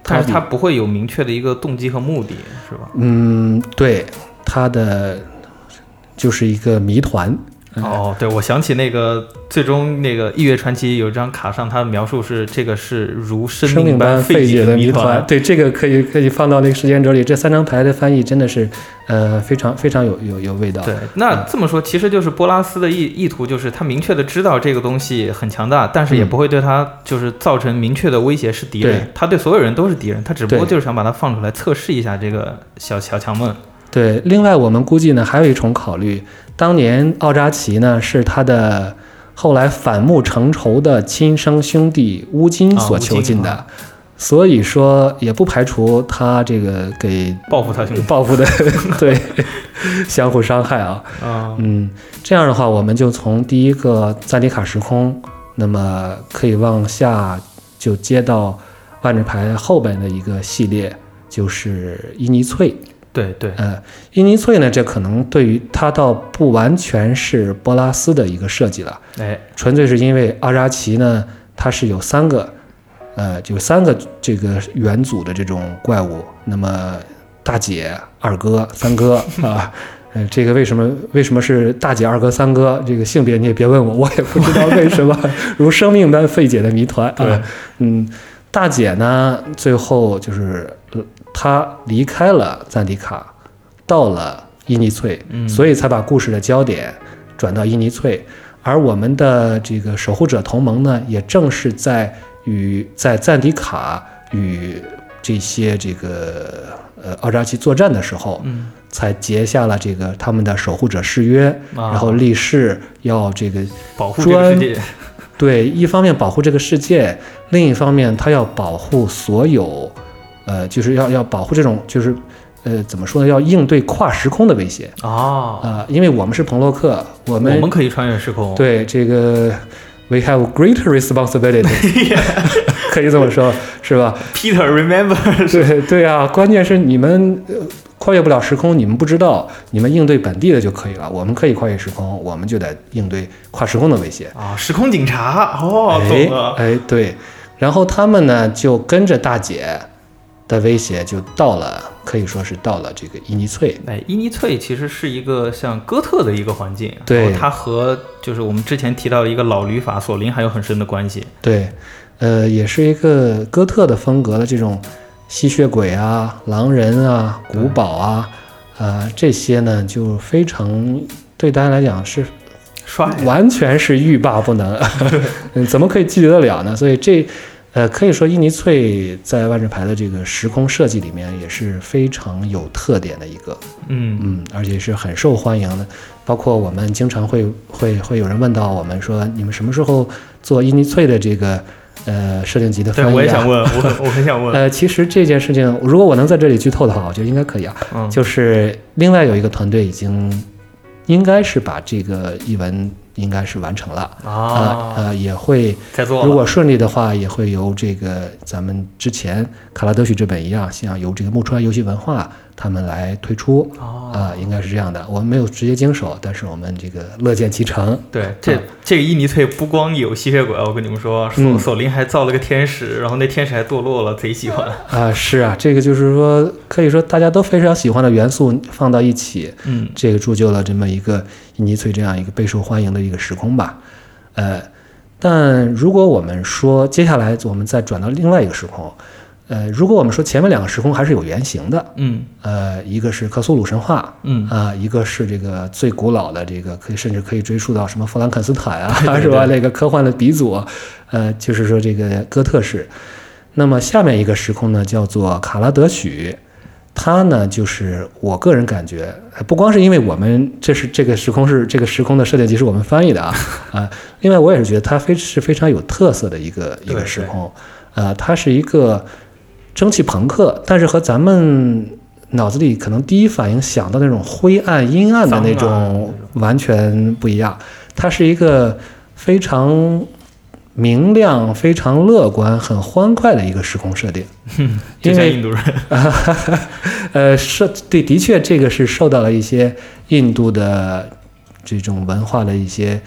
但是它不会有明确的一个动机和目的，是吧？ 嗯，对，它的就是一个谜团。 哦，对，我想起那个最终那个《异月传奇》有一张卡上，它的描述是这个是如生命般费解的谜团。 对，这个可以可以放到那个时间轴里。这三张牌的翻译真的是，呃，非常非常有有有味道。 对，那这么说，其实就是波拉斯的意意图，就是他明确的知道这个东西很强大，但是也不会对他就是造成明确的威胁是敌人。 对， 他对所有人都是敌人，他只不过就是想把它放出来测试一下这个小小强们。 对，另外我们估计呢，还有一重考虑。当年奥扎奇呢是他的后来反目成仇的亲生兄弟乌金所囚禁的，啊、所以说也不排除他这个给报复他兄弟报复的对相互伤害啊。 啊嗯，这样的话我们就从第一个赞迪卡时空，那么可以往下就接到万智牌后边的一个系列，就是伊尼翠。 对对， 呃，伊尼翠呢，这可能对于它倒不完全是波拉斯的一个设计了， 哎， 纯粹是因为阿扎奇呢，它是有三个，呃，就三个这个元祖的这种怪物，那么大姐、二哥、三哥啊，呃，这个为什么为什么是大姐、二哥、三哥？这个性别你也别问我，我也不知道为什么，如生命般费解的谜团啊，嗯，大姐呢，最后就是。呃他离开了赞迪卡，到了伊尼翠， 嗯， 所以才把故事的焦点转到伊尼翠。而我们的这个守护者同盟呢，也正是在与在赞迪卡与这些这个呃奥扎奇作战的时候， 嗯， 才结下了这个他们的守护者誓约， 啊、 然后立誓要这个保护这个世界。 对，一方面保护这个世界，另一方面他要保护所有。呃，就是要要保护这种，就是呃，怎么说呢？要应对跨时空的威胁啊啊、 哦呃！因为我们是朋洛克，我们我们可以穿越时空。 对这个 ，we have greater responsibility， 可以这么说，是吧 ？Peter remember， 对对啊，关键是你们、呃、跨越不了时空，你们不知道，你们应对本地的就可以了。我们可以跨越时空，我们就得应对跨时空的威胁啊！时空警察哦， 哎懂了， 哎对，然后他们呢就跟着大姐。的威胁就到了，可以说是到了这个伊尼翠。 哎，伊尼翠其实是一个像哥特的一个环境， 对， 它和就是我们之前提到的一个老旅法索林还有很深的关系。 对，呃，也是一个哥特的风格的这种吸血鬼啊、狼人啊、古堡啊，呃，这些呢就非常对大家来讲是帅， 完全是欲罢不能，怎么可以拒绝得了呢？所以这。呃，可以说伊尼翠在万智牌的这个时空设计里面也是非常有特点的一个， 嗯嗯，而且是很受欢迎的。包括我们经常会会会有人问到我们说，你们什么时候做伊尼翠的这个呃设定集的翻译啊？ 对，我也想问，我我很想问。 呃，其实这件事情，如果我能在这里剧透的话，我觉得应该可以啊。 嗯， 就是另外有一个团队已经应该是把这个译文。应该是完成了啊， 呃，也会在做。 如果顺利的话，也会由这个咱们之前卡拉德许这本一样，像由这个木川游戏文化他们来推出啊、 哦呃，应该是这样的。我们没有直接经手，但是我们这个乐见其成。 对，这、啊、这个伊尼翠不光有吸血鬼，我跟你们说，索、嗯、索林还造了个天使，然后那天使还堕落了，贼喜欢啊！是啊，这个就是说，可以说大家都非常喜欢的元素放到一起， 嗯， 这个铸就了这么一个伊尼翠这样一个备受欢迎的一个时空吧。呃，但如果我们说接下来我们再转到另外一个时空。呃，如果我们说前面两个时空还是有原型的， 嗯， 呃，一个是克苏鲁神话， 嗯啊、呃，一个是这个最古老的这个，可以甚至可以追溯到什么弗兰肯斯坦啊， 对对对是吧？那个科幻的鼻祖，呃，就是说这个哥特式。那么下面一个时空呢，叫做卡拉德许，它呢就是我个人感觉，不光是因为我们这是这个时空是这个时空的设定集是我们翻译的啊啊，另外我也是觉得它非是非常有特色的一个一个时空，呃，它是一个。蒸汽朋克，但是和咱们脑子里可能第一反应想到那种灰暗阴暗的那种完全不一样。它是一个非常明亮、非常乐观、很欢快的一个时空设定。 嗯，就像印度人。 呃，是对，的确这个是受到了一些印度的这种文化的一些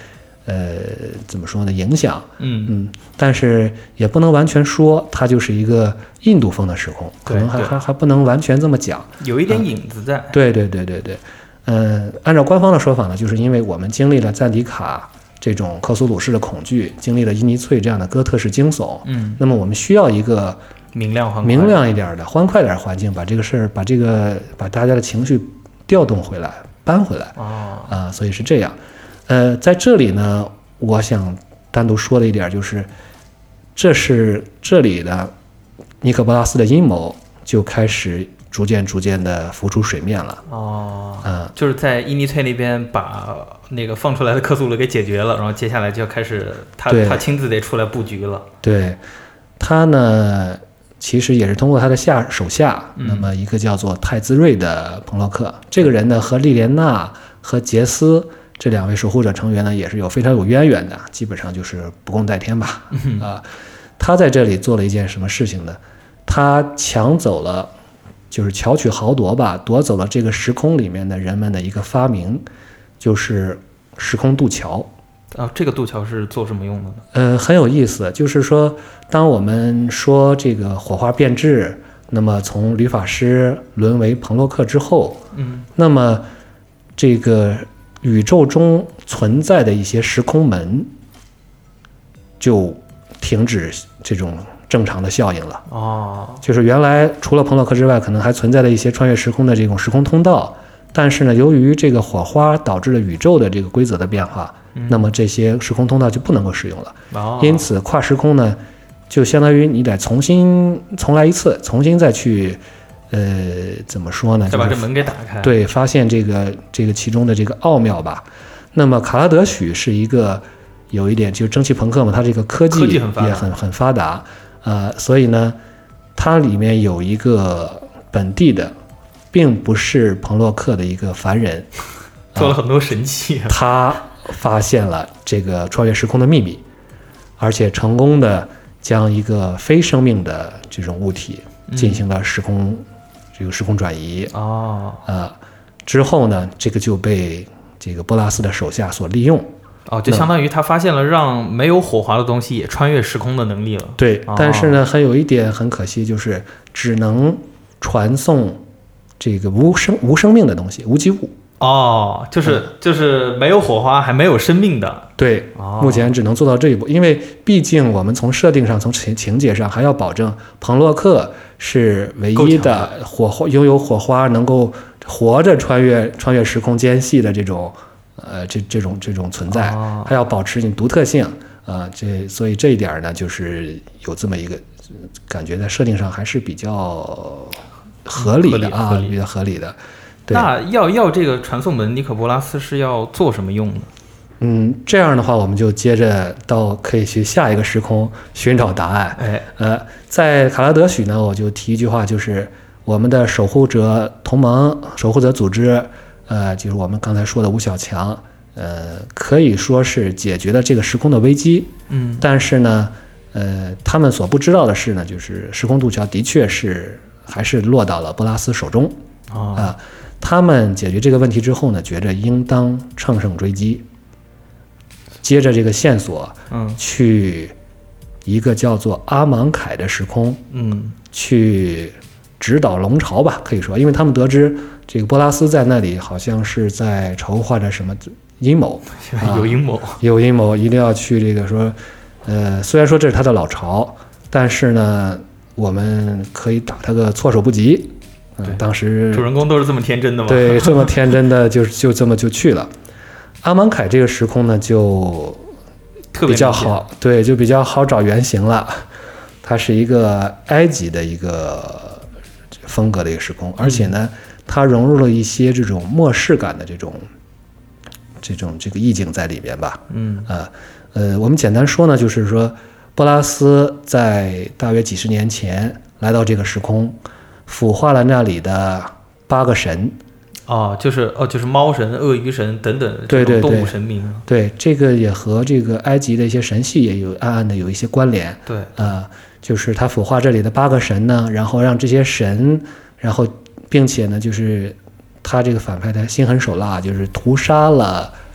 呃，怎么说呢？影响， 嗯嗯，但是也不能完全说它就是一个印度风的时空，可能还还还不能完全这么讲， 有一点影子在。 啊、对对对对对，嗯、呃，按照官方的说法呢，就是因为我们经历了赞迪卡这种克苏鲁式的恐惧，经历了伊尼翠这样的哥特式惊悚， 嗯， 那么我们需要一个明亮欢明亮一点的、欢快点的环境，把这个事儿，把这个把大家的情绪调动回来，搬回来， 哦， 啊、呃，所以是这样。呃，在这里呢，我想单独说的一点就是，这是这里的尼可波拉斯的阴谋就开始逐渐逐渐的浮出水面了。 哦， 啊、呃， 就是在伊尼翠那边把那个放出来的克苏鲁给解决了，然后接下来就要开始他他亲自得出来布局了。 对，他呢，其实也是通过他的下手下， 嗯、 那么一个叫做泰兹瑞的彭洛克，这个人呢和莉莲娜和杰斯这两位守护者成员呢，也是有非常有渊源的，基本上就是不共戴天吧。 嗯、 啊，他在这里做了一件什么事情呢？他抢走了，就是巧取豪夺吧，夺走了这个时空里面的人们的一个发明，就是时空渡桥。 啊，这个渡桥是做什么用的呢？ 呃，很有意思，就是说，当我们说这个火花变质，那么从吕法师沦为彭洛克之后， 嗯， 那么这个宇宙中存在的一些时空门就停止这种正常的效应了。 哦， 就是原来除了彭洛克之外，可能还存在的一些穿越时空的这种时空通道，但是呢，由于这个火花导致了宇宙的这个规则的变化，嗯、那么这些时空通道就不能够使用了。 哦、 因此跨时空呢，就相当于你得重新重来一次，重新再去。呃，怎么说呢？ 再把这门给打开。 对，发现这个这个其中的这个奥妙吧。那么卡拉德许是一个有一点就是蒸汽朋克嘛，它这个科技也很很发达，呃，所以呢，它里面有一个本地的，并不是彭洛克的一个凡人， 做了很多神器、啊。 他发现了这个穿越时空的秘密，而且成功的将一个非生命的这种物体进行了时空。嗯这个时空转移哦， 呃，之后呢，这个就被这个波拉斯的手下所利用。 哦，就相当于他发现了让没有火花的东西也穿越时空的能力了。 对， 哦、 但是呢，还有一点很可惜，就是只能传送这个无生无生命的东西，无机物。 哦，就是、嗯、就是没有火花还没有生命的。 对、 哦， 目前只能做到这一步，因为毕竟我们从设定上、从情情节上还要保证彭洛克是唯一的火花拥有火花能够活着穿越穿越时空间隙的这种呃这这种这种存在， 哦、 还要保持你独特性啊、呃，这所以这一点呢，就是有这么一个感觉，在设定上还是比较合理的啊，比较合理的。 那要要这个传送门，尼可波拉斯是要做什么用呢？ 嗯，这样的话，我们就接着到可以去下一个时空寻找答案。 哎， 呃，在卡拉德许呢，我就提一句话，就是我们的守护者同盟、守护者组织，呃，就是我们刚才说的吴小强，呃，可以说是解决了这个时空的危机。 嗯， 但是呢，呃，他们所不知道的是呢，就是时空渡桥的确是还是落到了波拉斯手中啊。 哦呃他们解决这个问题之后呢，觉着应当乘胜追击，接着这个线索， 嗯， 去一个叫做阿芒凯的时空， 嗯， 去指导龙巢吧，可以说，因为他们得知这个波拉斯在那里好像是在筹划着什么阴谋， 有阴谋、 啊，有阴谋，一定要去这个说，呃，虽然说这是他的老巢，但是呢，我们可以打他个措手不及。嗯，当时主人公都是这么天真的吗？ 对，这么天真的就就这么就去了。阿芒凯这个时空呢，就比较好，对，就比较好找原型了。它是一个埃及的一个风格的一个时空，而且呢，它融入了一些这种末世感的这种这种这个意境在里边吧。 嗯， 呃呃，我们简单说呢，就是说波拉斯在大约几十年前来到这个时空。腐化了那里的八个神， 哦，就是哦，就是猫神、鳄鱼神等等对对对动物神明。 对，这个也和这个埃及的一些神系也有暗暗的有一些关联。 对， 呃，就是他腐化这里的八个神呢，然后让这些神，然后并且呢，就是他这个反派他心狠手辣，就是屠杀了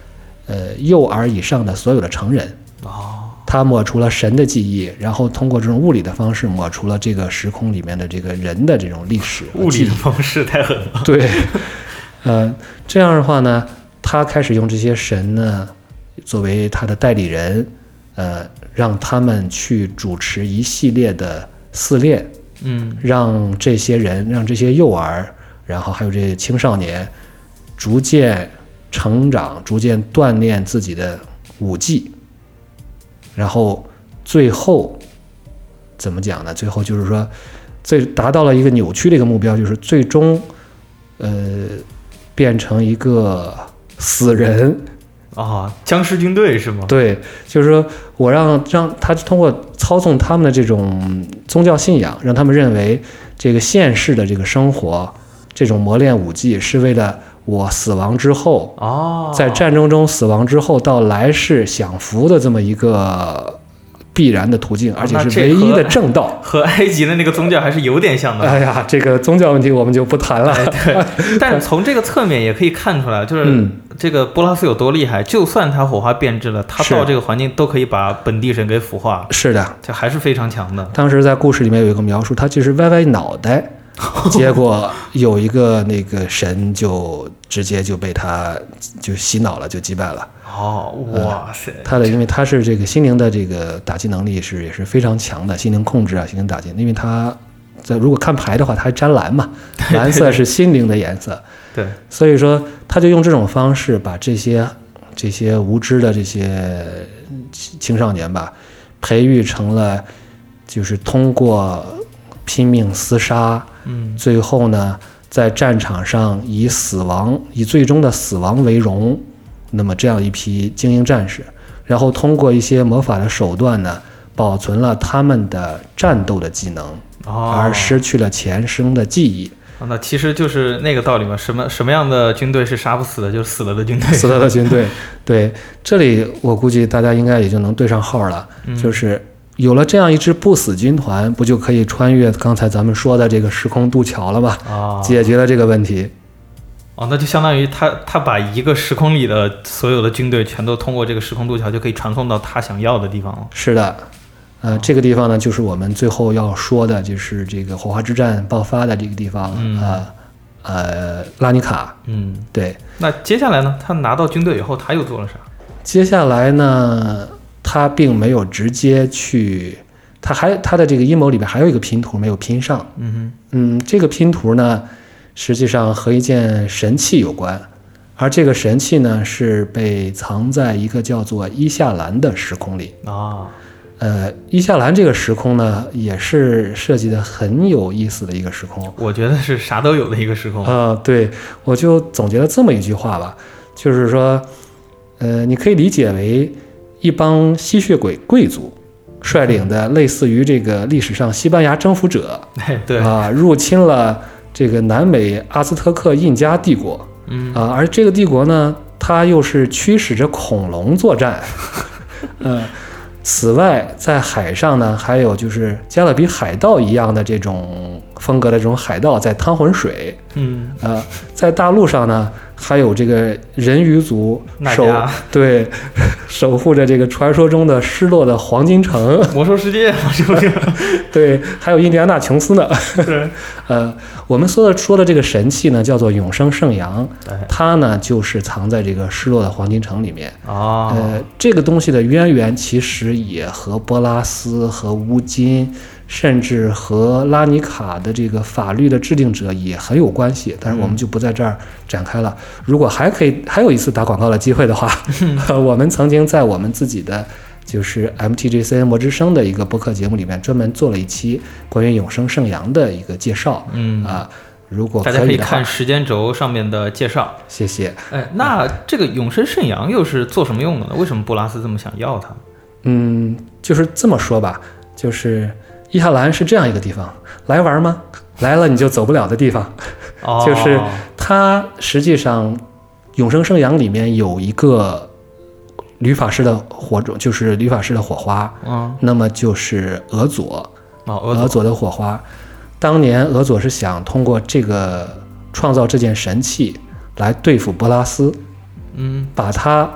呃幼儿以上的所有的成人。 哦， 他抹除了神的记忆，然后通过这种物理的方式抹除了这个时空里面的这个人的这种历史。 物理的方式太狠了。 对，呃，这样的话呢，他开始用这些神呢作为他的代理人，呃，让他们去主持一系列的试炼， 嗯， 让这些人，让这些幼儿，然后还有这些青少年，逐渐成长，逐渐锻炼自己的武技。然后最后怎么讲呢？最后就是说，最达到了一个扭曲的一个目标，就是最终，呃，变成一个死人啊，僵尸军队是吗？ 对，就是说我让让他通过操纵他们的这种宗教信仰，让他们认为这个现世的这个生活，这种磨练武技是为了我死亡之后， 哦， 在战争中死亡之后到来世享福的这么一个必然的途径，而且是唯一的正道。 和埃及的那个宗教还是有点像的。 哎呀，这个宗教问题我们就不谈了。 哎、对，但是从这个侧面也可以看出来，就是这个波拉斯有多厉害。就算他火花变质了，他到这个环境都可以把本地神给腐化。 是的， 这还是非常强的。 当时在故事里面有一个描述，他就是歪歪脑袋。结果有一个那个神就直接就被他就洗脑了，就击败了。 哦，哇塞！ 呃、他的因为他是这个心灵的这个打击能力是也是非常强的，心灵控制啊，心灵打击。因为他在如果看牌的话，他还沾蓝嘛，蓝色是心灵的颜色。 对， 所以说他就用这种方式把这些这些无知的这些青少年吧，培育成了就是通过拼命厮杀。 嗯， 最后呢，在战场上以死亡，以最终的死亡为荣，那么这样一批精英战士，然后通过一些魔法的手段呢，保存了他们的战斗的技能， 哦、 而失去了前生的记忆。 哦、那其实就是那个道理嘛，什么什么样的军队是杀不死的，就是死了的军队。 死了的军队，对，这里我估计大家应该也就能对上号了， 嗯、 就是。有了这样一支不死军团，不就可以穿越刚才咱们说的这个时空渡桥了吗？ 啊， 解决了这个问题。 哦，那就相当于他他把一个时空里的所有的军队全都通过这个时空渡桥，就可以传送到他想要的地方了。 是的，呃，这个地方呢，就是我们最后要说的，就是这个火花之战爆发的这个地方， 嗯、 呃呃，拉尼卡。 嗯， 对。 那接下来呢？他拿到军队以后，他又做了啥？ 接下来呢？他并没有直接去，他还他的这个阴谋里边还有一个拼图没有拼上。 嗯哼， 嗯，这个拼图呢，实际上和一件神器有关，而这个神器呢是被藏在一个叫做伊夏兰的时空里啊。 呃，伊夏兰这个时空呢，也是设计的很有意思的一个时空。 我觉得是啥都有的一个时空。 啊、呃，对，我就总结了这么一句话吧，就是说，呃，你可以理解为。一帮吸血鬼贵族率领的类似于这个历史上西班牙征服者， 对啊，入侵了这个南美阿兹特克印加帝国， 嗯啊，而这个帝国呢，它又是驱使着恐龙作战，呃，此外在海上呢，还有就是加勒比海盗一样的这种风格的这种海盗在趟浑水， 嗯， 呃，在大陆上呢。还有这个人鱼族守对守护着这个传说中的失落的黄金城， 魔兽世界是不是？ 对，还有印第安纳琼斯呢。 对， 呃，我们说的说的这个神器呢，叫做永生圣阳，它呢就是藏在这个失落的黄金城里面。 哦， 呃，这个东西的渊源其实也和波拉斯和乌金。甚至和拉尼卡的这个法律的制定者也很有关系，但是我们就不在这儿展开了。如果还可以还有一次打广告的机会的话，我们曾经在我们自己的就是 M T G C N 魔之声的一个播客节目里面专门做了一期关于永生圣阳的一个介绍。 嗯啊，如果大家可以看时间轴上面的介绍。 谢谢。 哎，那这个永生圣阳又是做什么用的呢？为什么波拉斯这么想要它？ 嗯，就是这么说吧，就是。伊夏兰是这样一个地方，来玩吗？来了你就走不了的地方， 哦、 就是它实际上永生圣阳里面有一个吕法师的火种，就是吕法师的火花， 嗯， 那么就是俄佐， 哦， 俄佐的火花。当年俄佐是想通过这个创造这件神器来对付波拉斯， 嗯， 把它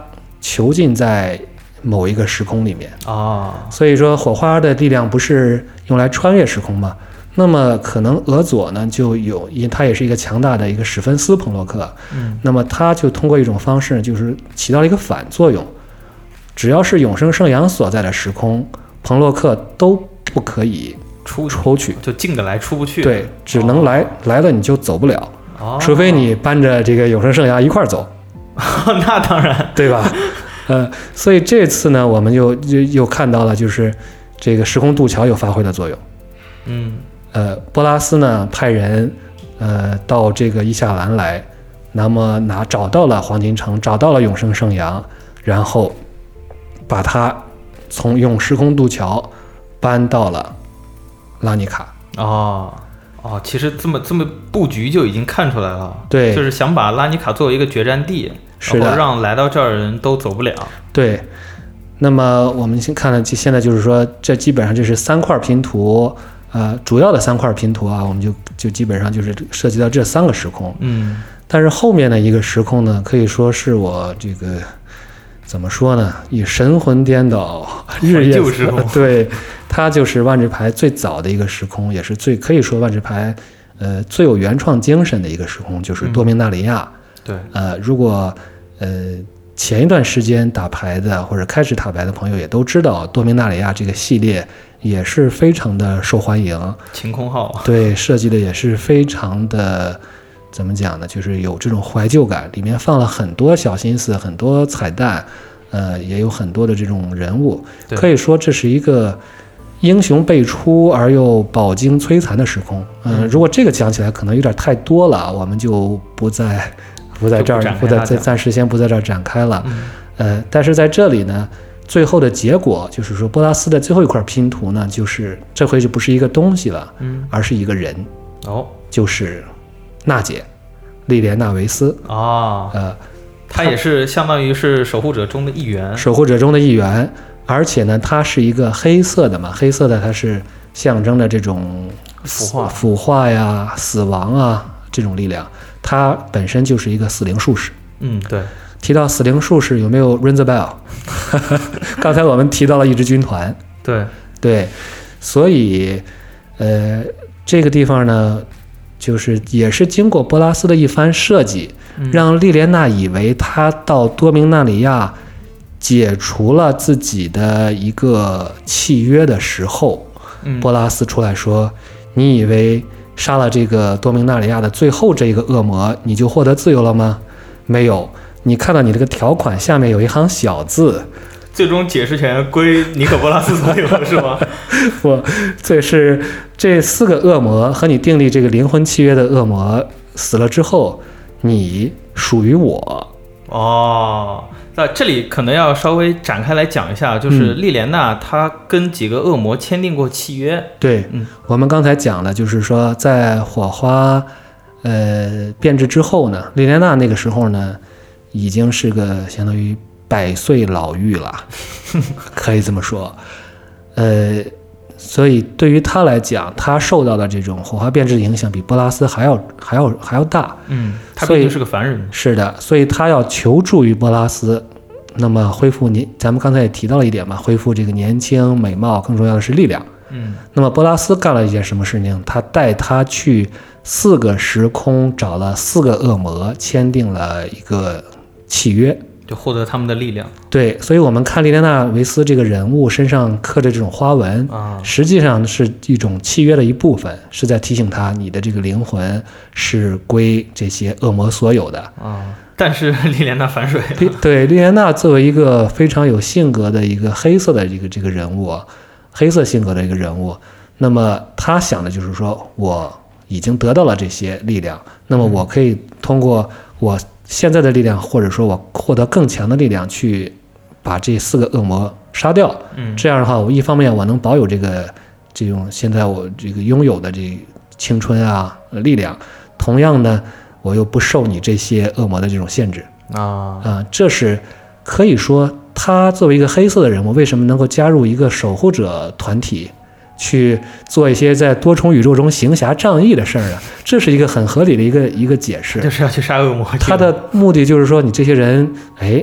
囚禁在某一个时空里面啊。 所以说，火花的力量不是用来穿越时空吗？那么可能俄佐呢就有，因为他也是一个强大的一个史芬斯彭洛克， 嗯， 那么他就通过一种方式，就是起到了一个反作用，只要是永生圣阳所在的时空，彭洛克都不可以出出去， 就进得来出不去。 对，只能来、哦、来了你就走不了， 哦， 除非你搬着这个永生圣阳一块儿走。 那当然， 对吧？呃，所以这次呢，我们又又又看到了，就是这个时空渡桥又发挥了作用。 嗯， 呃，波拉斯呢派人呃到这个伊夏兰来，那么拿找到了黄金城，找到了永生圣阳，然后把它从用时空渡桥搬到了拉尼卡。 哦。哦，其实这么这么布局就已经看出来了， 对， 就是想把拉尼卡作为一个决战地， 是的， 然后让来到这儿的人都走不了。 对，那么我们先看了，现在就是说，这基本上就是三块拼图，呃，主要的三块拼图啊，我们就就基本上就是涉及到这三个时空。 嗯， 但是后面的一个时空呢，可以说是我这个怎么说呢？以神魂颠倒，日夜时空， 对。它就是万智牌最早的一个时空，也是最可以说万智牌，呃，最有原创精神的一个时空，就是多明纳里亚。 嗯、对， 呃，如果呃前一段时间打牌的或者开始打牌的朋友也都知道，多明纳里亚这个系列也是非常的受欢迎。 晴空号， 对，设计的也是非常的，怎么讲呢？就是有这种怀旧感，里面放了很多小心思，很多彩蛋，呃，也有很多的这种人物，可以说这是一个英雄辈出而又饱经摧残的时空。嗯、呃，如果这个讲起来可能有点太多了，我们就不在不在这儿不在暂暂时先不在这儿展开了。 嗯、 呃，但是在这里呢，最后的结果就是说，波拉斯的最后一块拼图呢，就是这回就不是一个东西了， 嗯， 而是一个人。 哦， 就是娜姐，莉莲娜维斯。 哦， 呃， 她也是相当于是守护者中的一员， 守护者中的一员。而且呢，它是一个黑色的嘛，黑色的它是象征着这种腐化、 腐化呀、死亡啊这种力量。它本身就是一个死灵术士。 嗯，对。 提到死灵术士，有没有 Ring the Bell？ 刚才我们提到了一支军团。 对对，所以呃，这个地方呢，就是也是经过波拉斯的一番设计， 嗯、 让莉莲娜以为她到多明纳里亚解除了自己的一个契约的时候， 嗯、 波拉斯出来说：“你以为杀了这个多明纳里亚的最后这个恶魔，你就获得自由了吗？没有，你看到你这个条款下面有一行小字， 最终解释权归尼可波拉斯所有了，是吗？ 不，这是这四个恶魔和你订立这个灵魂契约的恶魔死了之后，你属于我。” 哦。那这里可能要稍微展开来讲一下，就是莉莲娜她跟几个恶魔签订过契约。 嗯、对， 嗯， 我们刚才讲了，就是说在火花呃变质之后呢，莉莲娜那个时候呢，已经是个相当于百岁老妪了，可以这么说。呃，所以对于她来讲，她受到的这种火花变质的影响比波拉斯还要还要还要大。 嗯，她毕竟是个凡人。 是的，所以她要求助于波拉斯，那么恢复年，咱们刚才也提到了一点嘛，恢复这个年轻美貌，更重要的是力量。 嗯， 那么波拉斯干了一件什么事情？他带他去四个时空，找了四个恶魔，签订了一个契约。 就获得他们的力量。 对，所以我们看莉莲娜维斯这个人物身上刻着这种花纹啊， 实际上是一种契约的一部分，是在提醒他你的这个灵魂是归这些恶魔所有的啊。但是莉莲娜反水了。 对，莉莲娜作为一个非常有性格的一个黑色的这个这个人物，黑色性格的一个人物，那么他想的就是说，我已经得到了这些力量，那么我可以通过我现在的力量，或者说我获得更强的力量，去把这四个恶魔杀掉。 嗯， 这样的话，我一方面我能保有这个这种现在我这个拥有的这青春啊力量，同样呢，我又不受你这些恶魔的这种限制啊啊、呃，这是可以说他作为一个黑色的人物，为什么能够加入一个守护者团体？去做一些在多重宇宙中行侠仗义的事儿啊，这是一个很合理的一个一个解释。 就是要去杀恶魔。 他的目的就是说，你这些人，哎，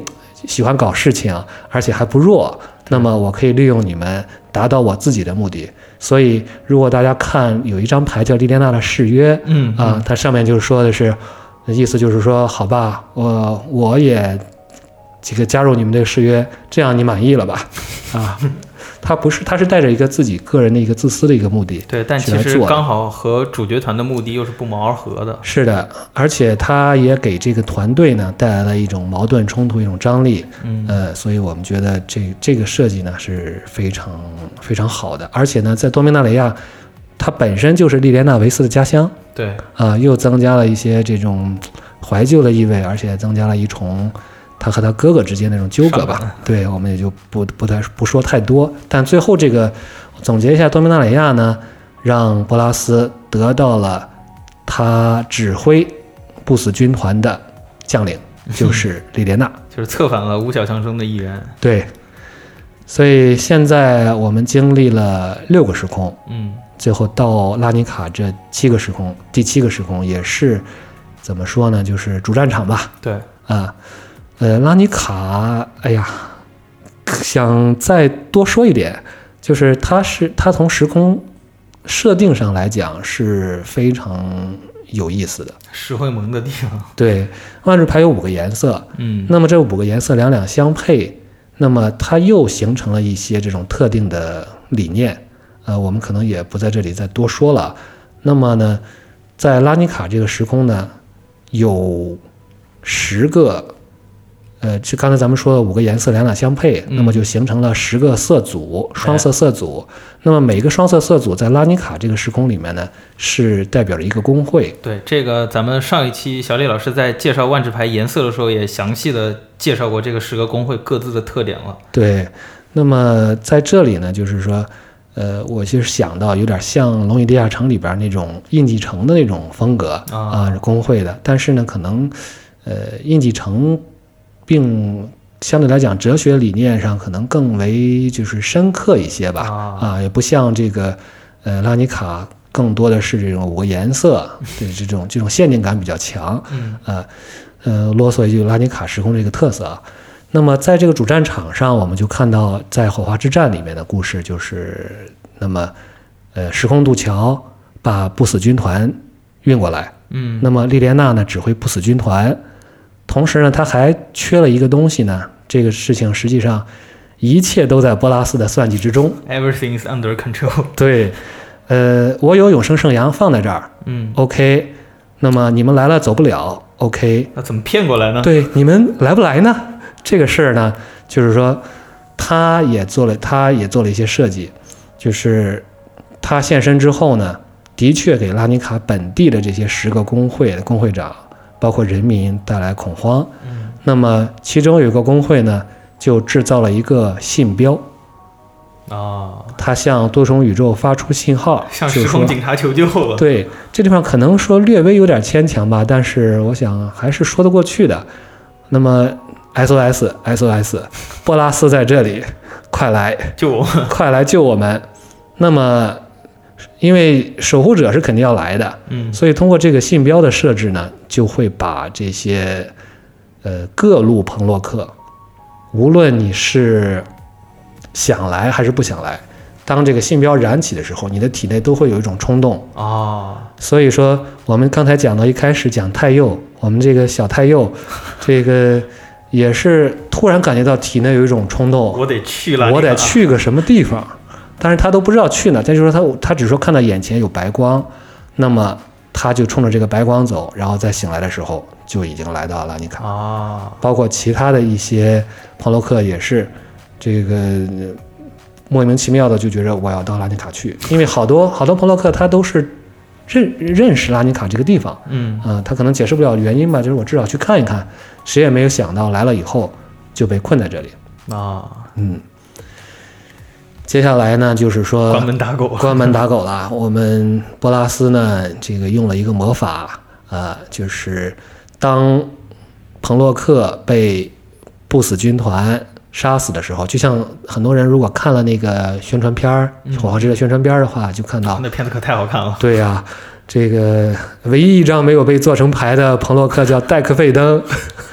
喜欢搞事情，而且还不弱，那么我可以利用你们达到我自己的目的。所以如果大家看有一张牌叫莉莲娜的誓约， 嗯啊、呃，它上面就是说的是，意思就是说，好吧，我我也这个加入你们这个誓约，这样你满意了吧？啊。他不是，他是带着一个自己个人的一个自私的一个目的， 对，但其实刚好和主角团的目的又是不谋而合的。 是的，而且他也给这个团队呢带来了一种矛盾冲突，一种张力。嗯，呃，所以我们觉得这这个设计呢是非常非常好的，而且呢，在多明纳雷亚，它本身就是莉莲娜维斯的家乡， 对， 啊、呃，又增加了一些这种怀旧的意味，而且增加了一重他和他哥哥之间那种纠葛吧，对，我们也就不不太不说太多。但最后这个总结一下，多明纳雷亚呢，让波拉斯得到了他指挥不死军团的将领，就是莉莲娜， 就是策反了五小强中的一员。 对，所以现在我们经历了六个时空， 嗯， 最后到拉尼卡这七个时空，第七个时空也是怎么说呢？就是主战场吧。 对， 啊。呃，拉尼卡，哎呀，想再多说一点，就是它是它从时空设定上来讲是非常有意思的， 石灰萌的地方。 对，万智牌有五个颜色， 嗯， 那么这五个颜色两两相配，那么它又形成了一些这种特定的理念，呃，我们可能也不在这里再多说了。那么呢，在拉尼卡这个时空呢，有十个。呃，这刚才咱们说的五个颜色两两相配， 嗯、 那么就形成了十个色组，双色色组。哎、那么每个双色色组在拉尼卡这个时空里面呢，是代表着一个工会。 对，这个咱们上一期小李老师在介绍万智牌颜色的时候，也详细的介绍过这个十个工会各自的特点了。 对，那么在这里呢，就是说，呃，我就是想到有点像《龙与地下城》里边那种印记城的那种风格啊、呃，工会的，但是呢，可能呃，印记城。并相对来讲，哲学理念上可能更为就是深刻一些吧，啊，啊也不像这个呃拉尼卡更多的是这种五个颜色，对这种这种限定感比较强， 嗯， 呃呃啰嗦一句拉尼卡时空这个特色啊。那么在这个主战场上，我们就看到在火花之战里面的故事，就是那么呃时空渡桥把不死军团运过来， 嗯， 那么莉莲娜呢指挥不死军团。同时呢，他还缺了一个东西呢。这个事情实际上，一切都在波拉斯的算计之中。 Everything is under control。 对，呃，我有永生圣阳放在这儿， 嗯 ，OK。那么你们来了走不了 ，OK。 那怎么骗过来呢？ 对，你们来不来呢？这个事儿呢，就是说，他也做了，他也做了一些设计，就是他现身之后呢，的确给拉尼卡本地的这些十个工会的工会长。包括人民带来恐慌， 嗯， 那么其中有一个工会呢，就制造了一个信标， 啊， 他向多重宇宙发出信号， 向时空警察求救了。 对，这地方可能说略微有点牵强吧，但是我想还是说得过去的。那么 S O S S O S， 波拉斯在这里，快来救我们， 快来救我们。那么。因为守护者是肯定要来的， 嗯， 所以通过这个信标的设置呢，就会把这些呃各路彭洛克，无论你是想来还是不想来，当这个信标燃起的时候，你的体内都会有一种冲动啊、哦。 所以说，我们刚才讲到一开始讲太幼，我们这个小太幼，这个也是突然感觉到体内有一种冲动， 我得去了， 我得去个什么地方。但是他都不知道去哪，他就说他他只说看到眼前有白光，那么他就冲着这个白光走，然后在醒来的时候就已经来到拉尼卡啊。 包括其他的一些朋洛克也是这个莫名其妙的就觉得我要到拉尼卡去，因为好多好多朋洛克他都是认认识拉尼卡这个地方， 嗯啊、呃，他可能解释不了原因吧，就是我至少去看一看，谁也没有想到来了以后就被困在这里啊， 嗯。接下来呢，就是说关门打狗， 关门打狗了。我们波拉斯呢，这个用了一个魔法啊、呃，就是当彭洛克被不死军团杀死的时候，就像很多人如果看了那个宣传片儿，《火花之恋》宣传片的话，就看到那片子可太好看了。 对呀、啊，这个唯一一张没有被做成牌的彭洛克叫戴克费登，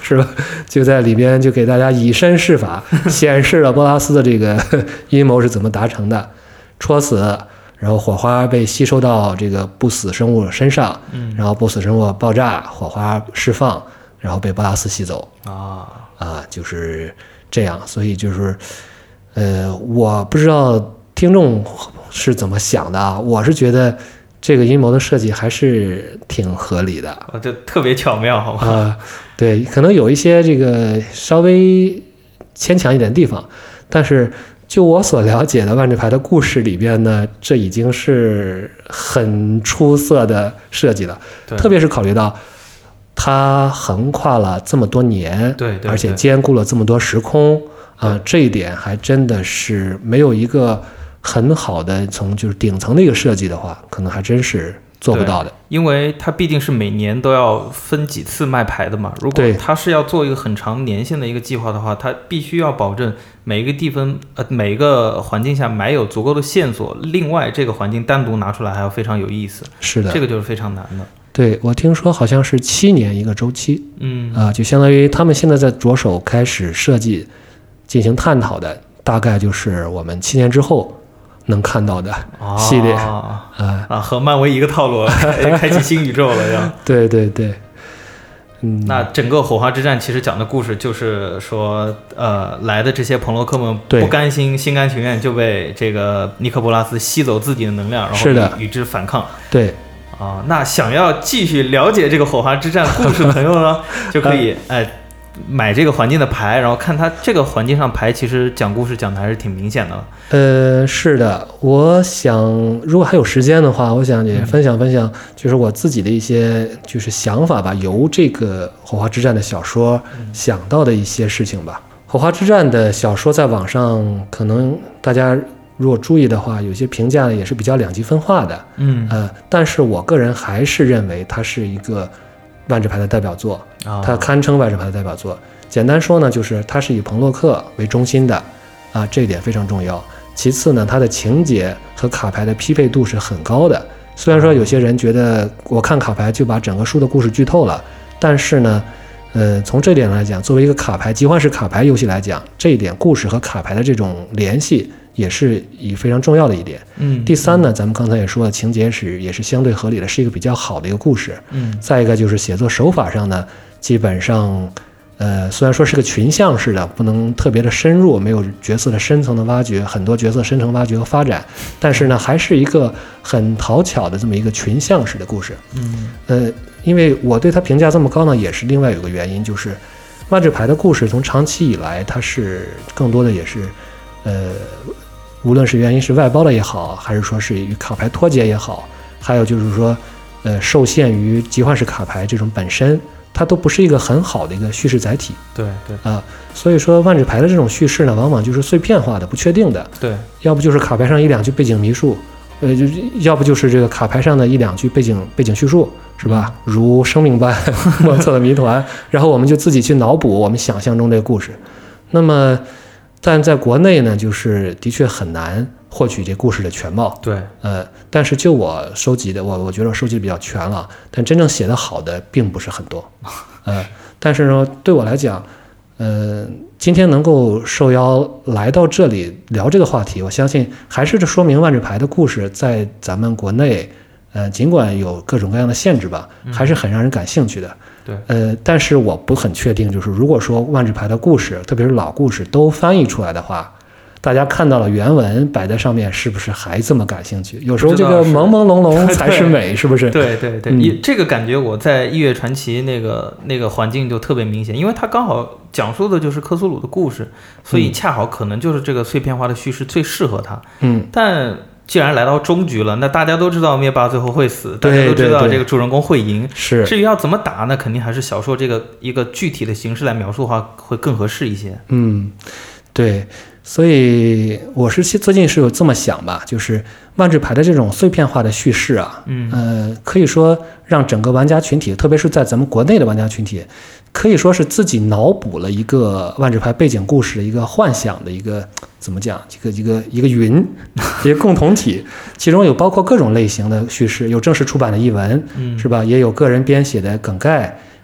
是吧？就在里边就给大家以身试法，显示了波拉斯的这个阴谋是怎么达成的，戳死，然后火花被吸收到这个不死生物身上， 嗯， 然后不死生物爆炸，火花释放，然后被波拉斯吸走啊啊，就是这样。所以就是，呃，我不知道听众是怎么想的啊，我是觉得。这个阴谋的设计还是挺合理的， 就特别巧妙，好吧？ 啊、呃，对，可能有一些这个稍微牵强一点的地方，但是就我所了解的万智牌的故事里边呢，这已经是很出色的设计了，特别是考虑到它横跨了这么多年， 对，对对， 而且兼顾了这么多时空啊、呃，这一点还真的是没有一个。很好的从就是顶层的一个设计的话，可能还真是做不到的， 因为它毕竟是每年都要分几次卖牌的嘛。如果它是要做一个很长年限的一个计划的话，它必须要保证每一个地方呃每一个环境下埋有足够的线索，另外这个环境单独拿出来还要非常有意思。 是的， 这个就是非常难的。 对，我听说好像是七年一个周期， 嗯啊、呃，就相当于他们现在在着手开始设计进行探讨的，大概就是我们七年之后。能看到的系列、 哦、啊啊，和漫威一个套路，开启新宇宙了要。 对对对，嗯， 那整个火花之战其实讲的故事就是说，呃，来的这些朋洛克们不甘心，心甘情愿就被这个尼克波拉斯吸走自己的能量，然后与之反抗。 对。 啊，那想要继续了解这个火花之战故事的朋友呢，就可以哎。买这个环境的牌，然后看它这个环境上牌，其实讲故事讲的还是挺明显的了。 呃，是的，我想如果还有时间的话，我想也分享分享，就是我自己的一些就是想法吧，由这个火花之战的小说想到的一些事情吧。火花之战的小说在网上可能大家如果注意的话，有些评价也是比较两极分化的。 嗯， 呃，但是我个人还是认为它是一个万智牌的代表作。它堪称万智牌的代表作。简单说呢，就是它是以朋洛克为中心的，啊，这一点非常重要。其次呢，它的情节和卡牌的匹配度是很高的。虽然说有些人觉得我看卡牌就把整个书的故事剧透了，但是呢，呃，从这点来讲，作为一个卡牌集换式卡牌游戏来讲，这一点故事和卡牌的这种联系也是以非常重要的一点。 嗯， 第三呢，咱们刚才也说了，情节是也是相对合理的，是一个比较好的一个故事。 嗯， 再一个就是写作手法上呢。基本上，呃，虽然说是个群像式的，不能特别的深入，没有角色的深层的挖掘，很多角色深层挖掘和发展，但是呢，还是一个很讨巧的这么一个群像式的故事。 嗯， 呃，因为我对它评价这么高呢，也是另外有个原因，就是万智牌的故事从长期以来，它是更多的也是，呃，无论是原因是外包的也好，还是说是与卡牌脱节也好，还有就是说，呃，受限于集换式卡牌这种本身。它都不是一个很好的一个叙事载体， 对对啊、呃，所以说万智牌的这种叙事呢，往往就是碎片化的、不确定的， 对， 要不就是卡牌上一两句背景描述，呃，就要不就是这个卡牌上的一两句背景背景叙述，是吧？嗯、如生命般莫测的谜团，然后我们就自己去脑补我们想象中这个故事。那么，但在国内呢，就是的确很难获取这故事的全貌， 对， 呃，但是就我收集的，我我觉得我收集的比较全了，但真正写的好的并不是很多，呃，但是呢，对我来讲，呃，今天能够受邀来到这里聊这个话题，我相信还是这说明万智牌的故事在咱们国内，呃，尽管有各种各样的限制吧，还是很让人感兴趣的。 对， 呃，但是我不很确定，就是如果说万智牌的故事，特别是老故事都翻译出来的话。大家看到了原文摆在上面，是不是还这么感兴趣？有时候这个朦朦胧胧才是美，是不是？ 对对对，嗯、这个感觉我在《异月传奇》那个那个环境就特别明显，因为它刚好讲述的就是科苏鲁的故事，所以恰好可能就是这个碎片化的叙事最适合它。 嗯， 但既然来到终局了，那大家都知道灭霸最后会死，大家都知道这个主人公会赢。 是， 至于要怎么打呢？肯定还是小说这个一个具体的形式来描述的话，会更合适一些。 嗯，对。所以我是最近是有这么想吧，就是万智牌的这种碎片化的叙事啊， 嗯， 呃，可以说让整个玩家群体，特别是在咱们国内的玩家群体，可以说是自己脑补了一个万智牌背景故事的一个幻想的一个怎么讲，一个一个一个云，一个共同体，其中有包括各种类型的叙事，有正式出版的译文， 嗯， 是吧？也有个人编写的梗概。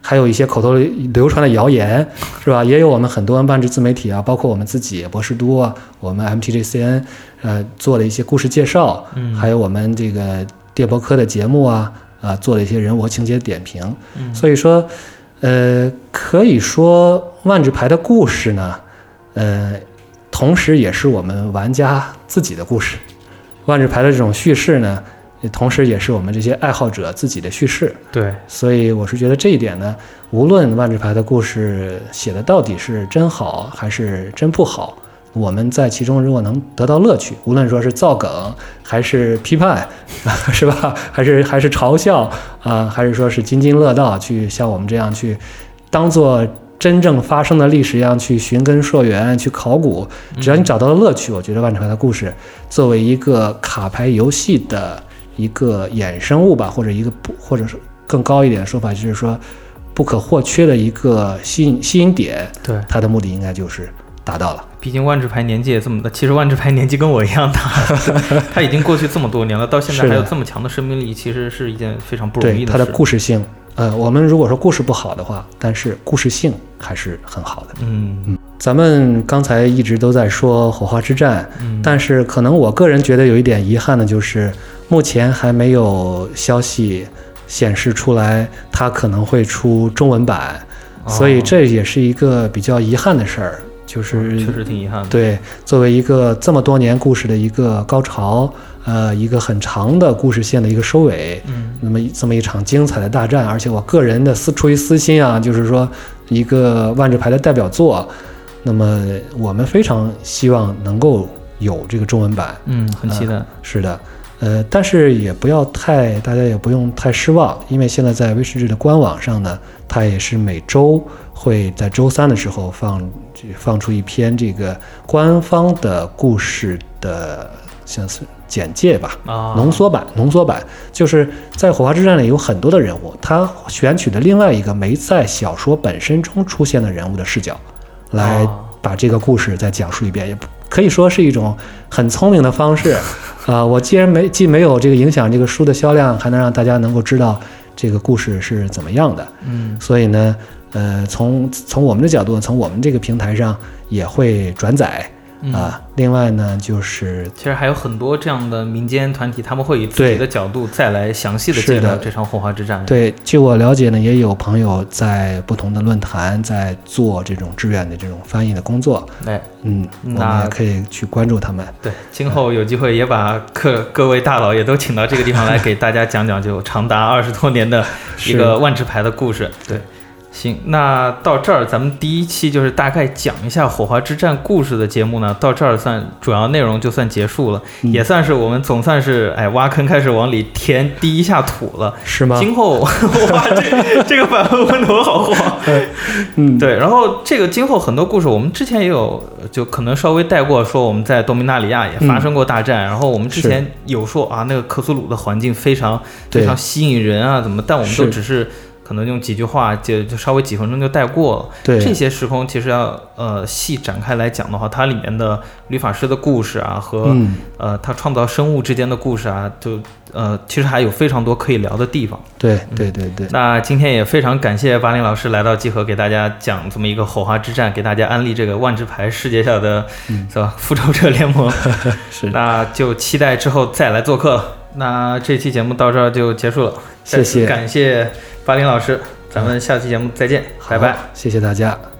还有一些口头流传的谣言，是吧？也有我们很多万智自媒体啊，包括我们自己博士都啊，我们 M T G C N 呃做了一些故事介绍，嗯，还有我们这个电波科的节目啊，啊、呃、做了一些人物情节点评，嗯，所以说，呃，可以说万智牌的故事呢，呃，同时也是我们玩家自己的故事。万智牌的这种叙事呢，同时也是我们这些爱好者自己的叙事。 对， 所以我是觉得这一点呢，无论万智牌的故事写的到底是真好还是真不好，我们在其中如果能得到乐趣，无论说是造梗还是批判，是吧？还是还是嘲笑啊、呃，还是说是津津乐道，去像我们这样去当做真正发生的历史一样去寻根溯源，去考古，只要你找到了乐趣，我觉得万智牌的故事作为一个卡牌游戏的一个衍生物吧，或者一个不，或者是更高一点的说法，就是说不可或缺的一个吸引吸引点， 对， 它的目的应该就是达到了。 毕竟万智牌年纪也这么大，其实万智牌年纪跟我一样大，它已经过去这么多年了，到现在还有这么强的生命力，其实是一件非常不容易的事。 对，它的故事性，呃，我们如果说故事不好的话，但是故事性还是很好的。 嗯嗯，咱们刚才一直都在说火花之战， 嗯， 但是可能我个人觉得有一点遗憾的就是，目前还没有消息显示出来它可能会出中文版，哦，所以这也是一个比较遗憾的事儿。就是、 嗯、确实挺遗憾的。 对，作为一个这么多年故事的一个高潮，呃，一个很长的故事线的一个收尾，嗯，那么这么一场精彩的大战，而且我个人的私出于私心啊，就是说一个万智牌的代表作，那么我们非常希望能够有这个中文版， 嗯，很期待。 呃、是的，呃，但是也不要太，大家也不用太失望，因为现在在威士忌的官网上呢，它也是每周会在周三的时候放放出一篇这个官方的故事的像是简介吧， 啊， 浓缩版，浓缩版就是在火花之战里有很多的人物，他选取了另外一个没在小说本身中出现的人物的视角，来把这个故事再讲述一遍，也可以说是一种很聪明的方式。啊、呃，我既然没既没有这个影响这个书的销量，还能让大家能够知道这个故事是怎么样的。嗯，所以呢，呃，从从我们的角度，从我们这个平台上也会转载。啊、呃，另外呢，就是其实还有很多这样的民间团体，他们会以自己的角度再来详细的介绍这场火花之战。 对，据我了解呢，也有朋友在不同的论坛在做这种志愿的这种翻译的工作。 哎， 嗯，我们也可以去关注他们。 对，今后有机会也把各各位大佬也都请到这个地方来，给大家讲讲就长达二十多年的一个万智牌的故事。对。行，那到这儿咱们第一期就是大概讲一下火花之战故事的节目呢，到这儿算主要内容就算结束了，嗯、也算是我们总算是哎挖坑开始往里填第一下土了， 是吗？ 今后哇，这这个版本问的我好慌。嗯，对，然后这个今后很多故事我们之前也有就可能稍微带过，说我们在多米纳里亚也发生过大战，嗯、然后我们之前有说啊那个克苏鲁的环境非常非常吸引人啊怎么，但我们都只是。可能用几句话就就稍微几分钟就带过了。 对， 这些时空其实要呃细展开来讲的话，它里面的律法师的故事啊和、嗯、呃他创造生物之间的故事啊，就呃其实还有非常多可以聊的地方。 对对对对、嗯。 那今天也非常感谢巴林老师来到集合，给大家讲这么一个火花之战，给大家安利这个万智牌世界下的、嗯、是吧复仇者联盟。 是。 那就期待之后再来做客了。那这期节目到这儿就结束了， 谢谢， 感谢巴林老师，咱们下期节目再见，拜拜， 谢谢大家。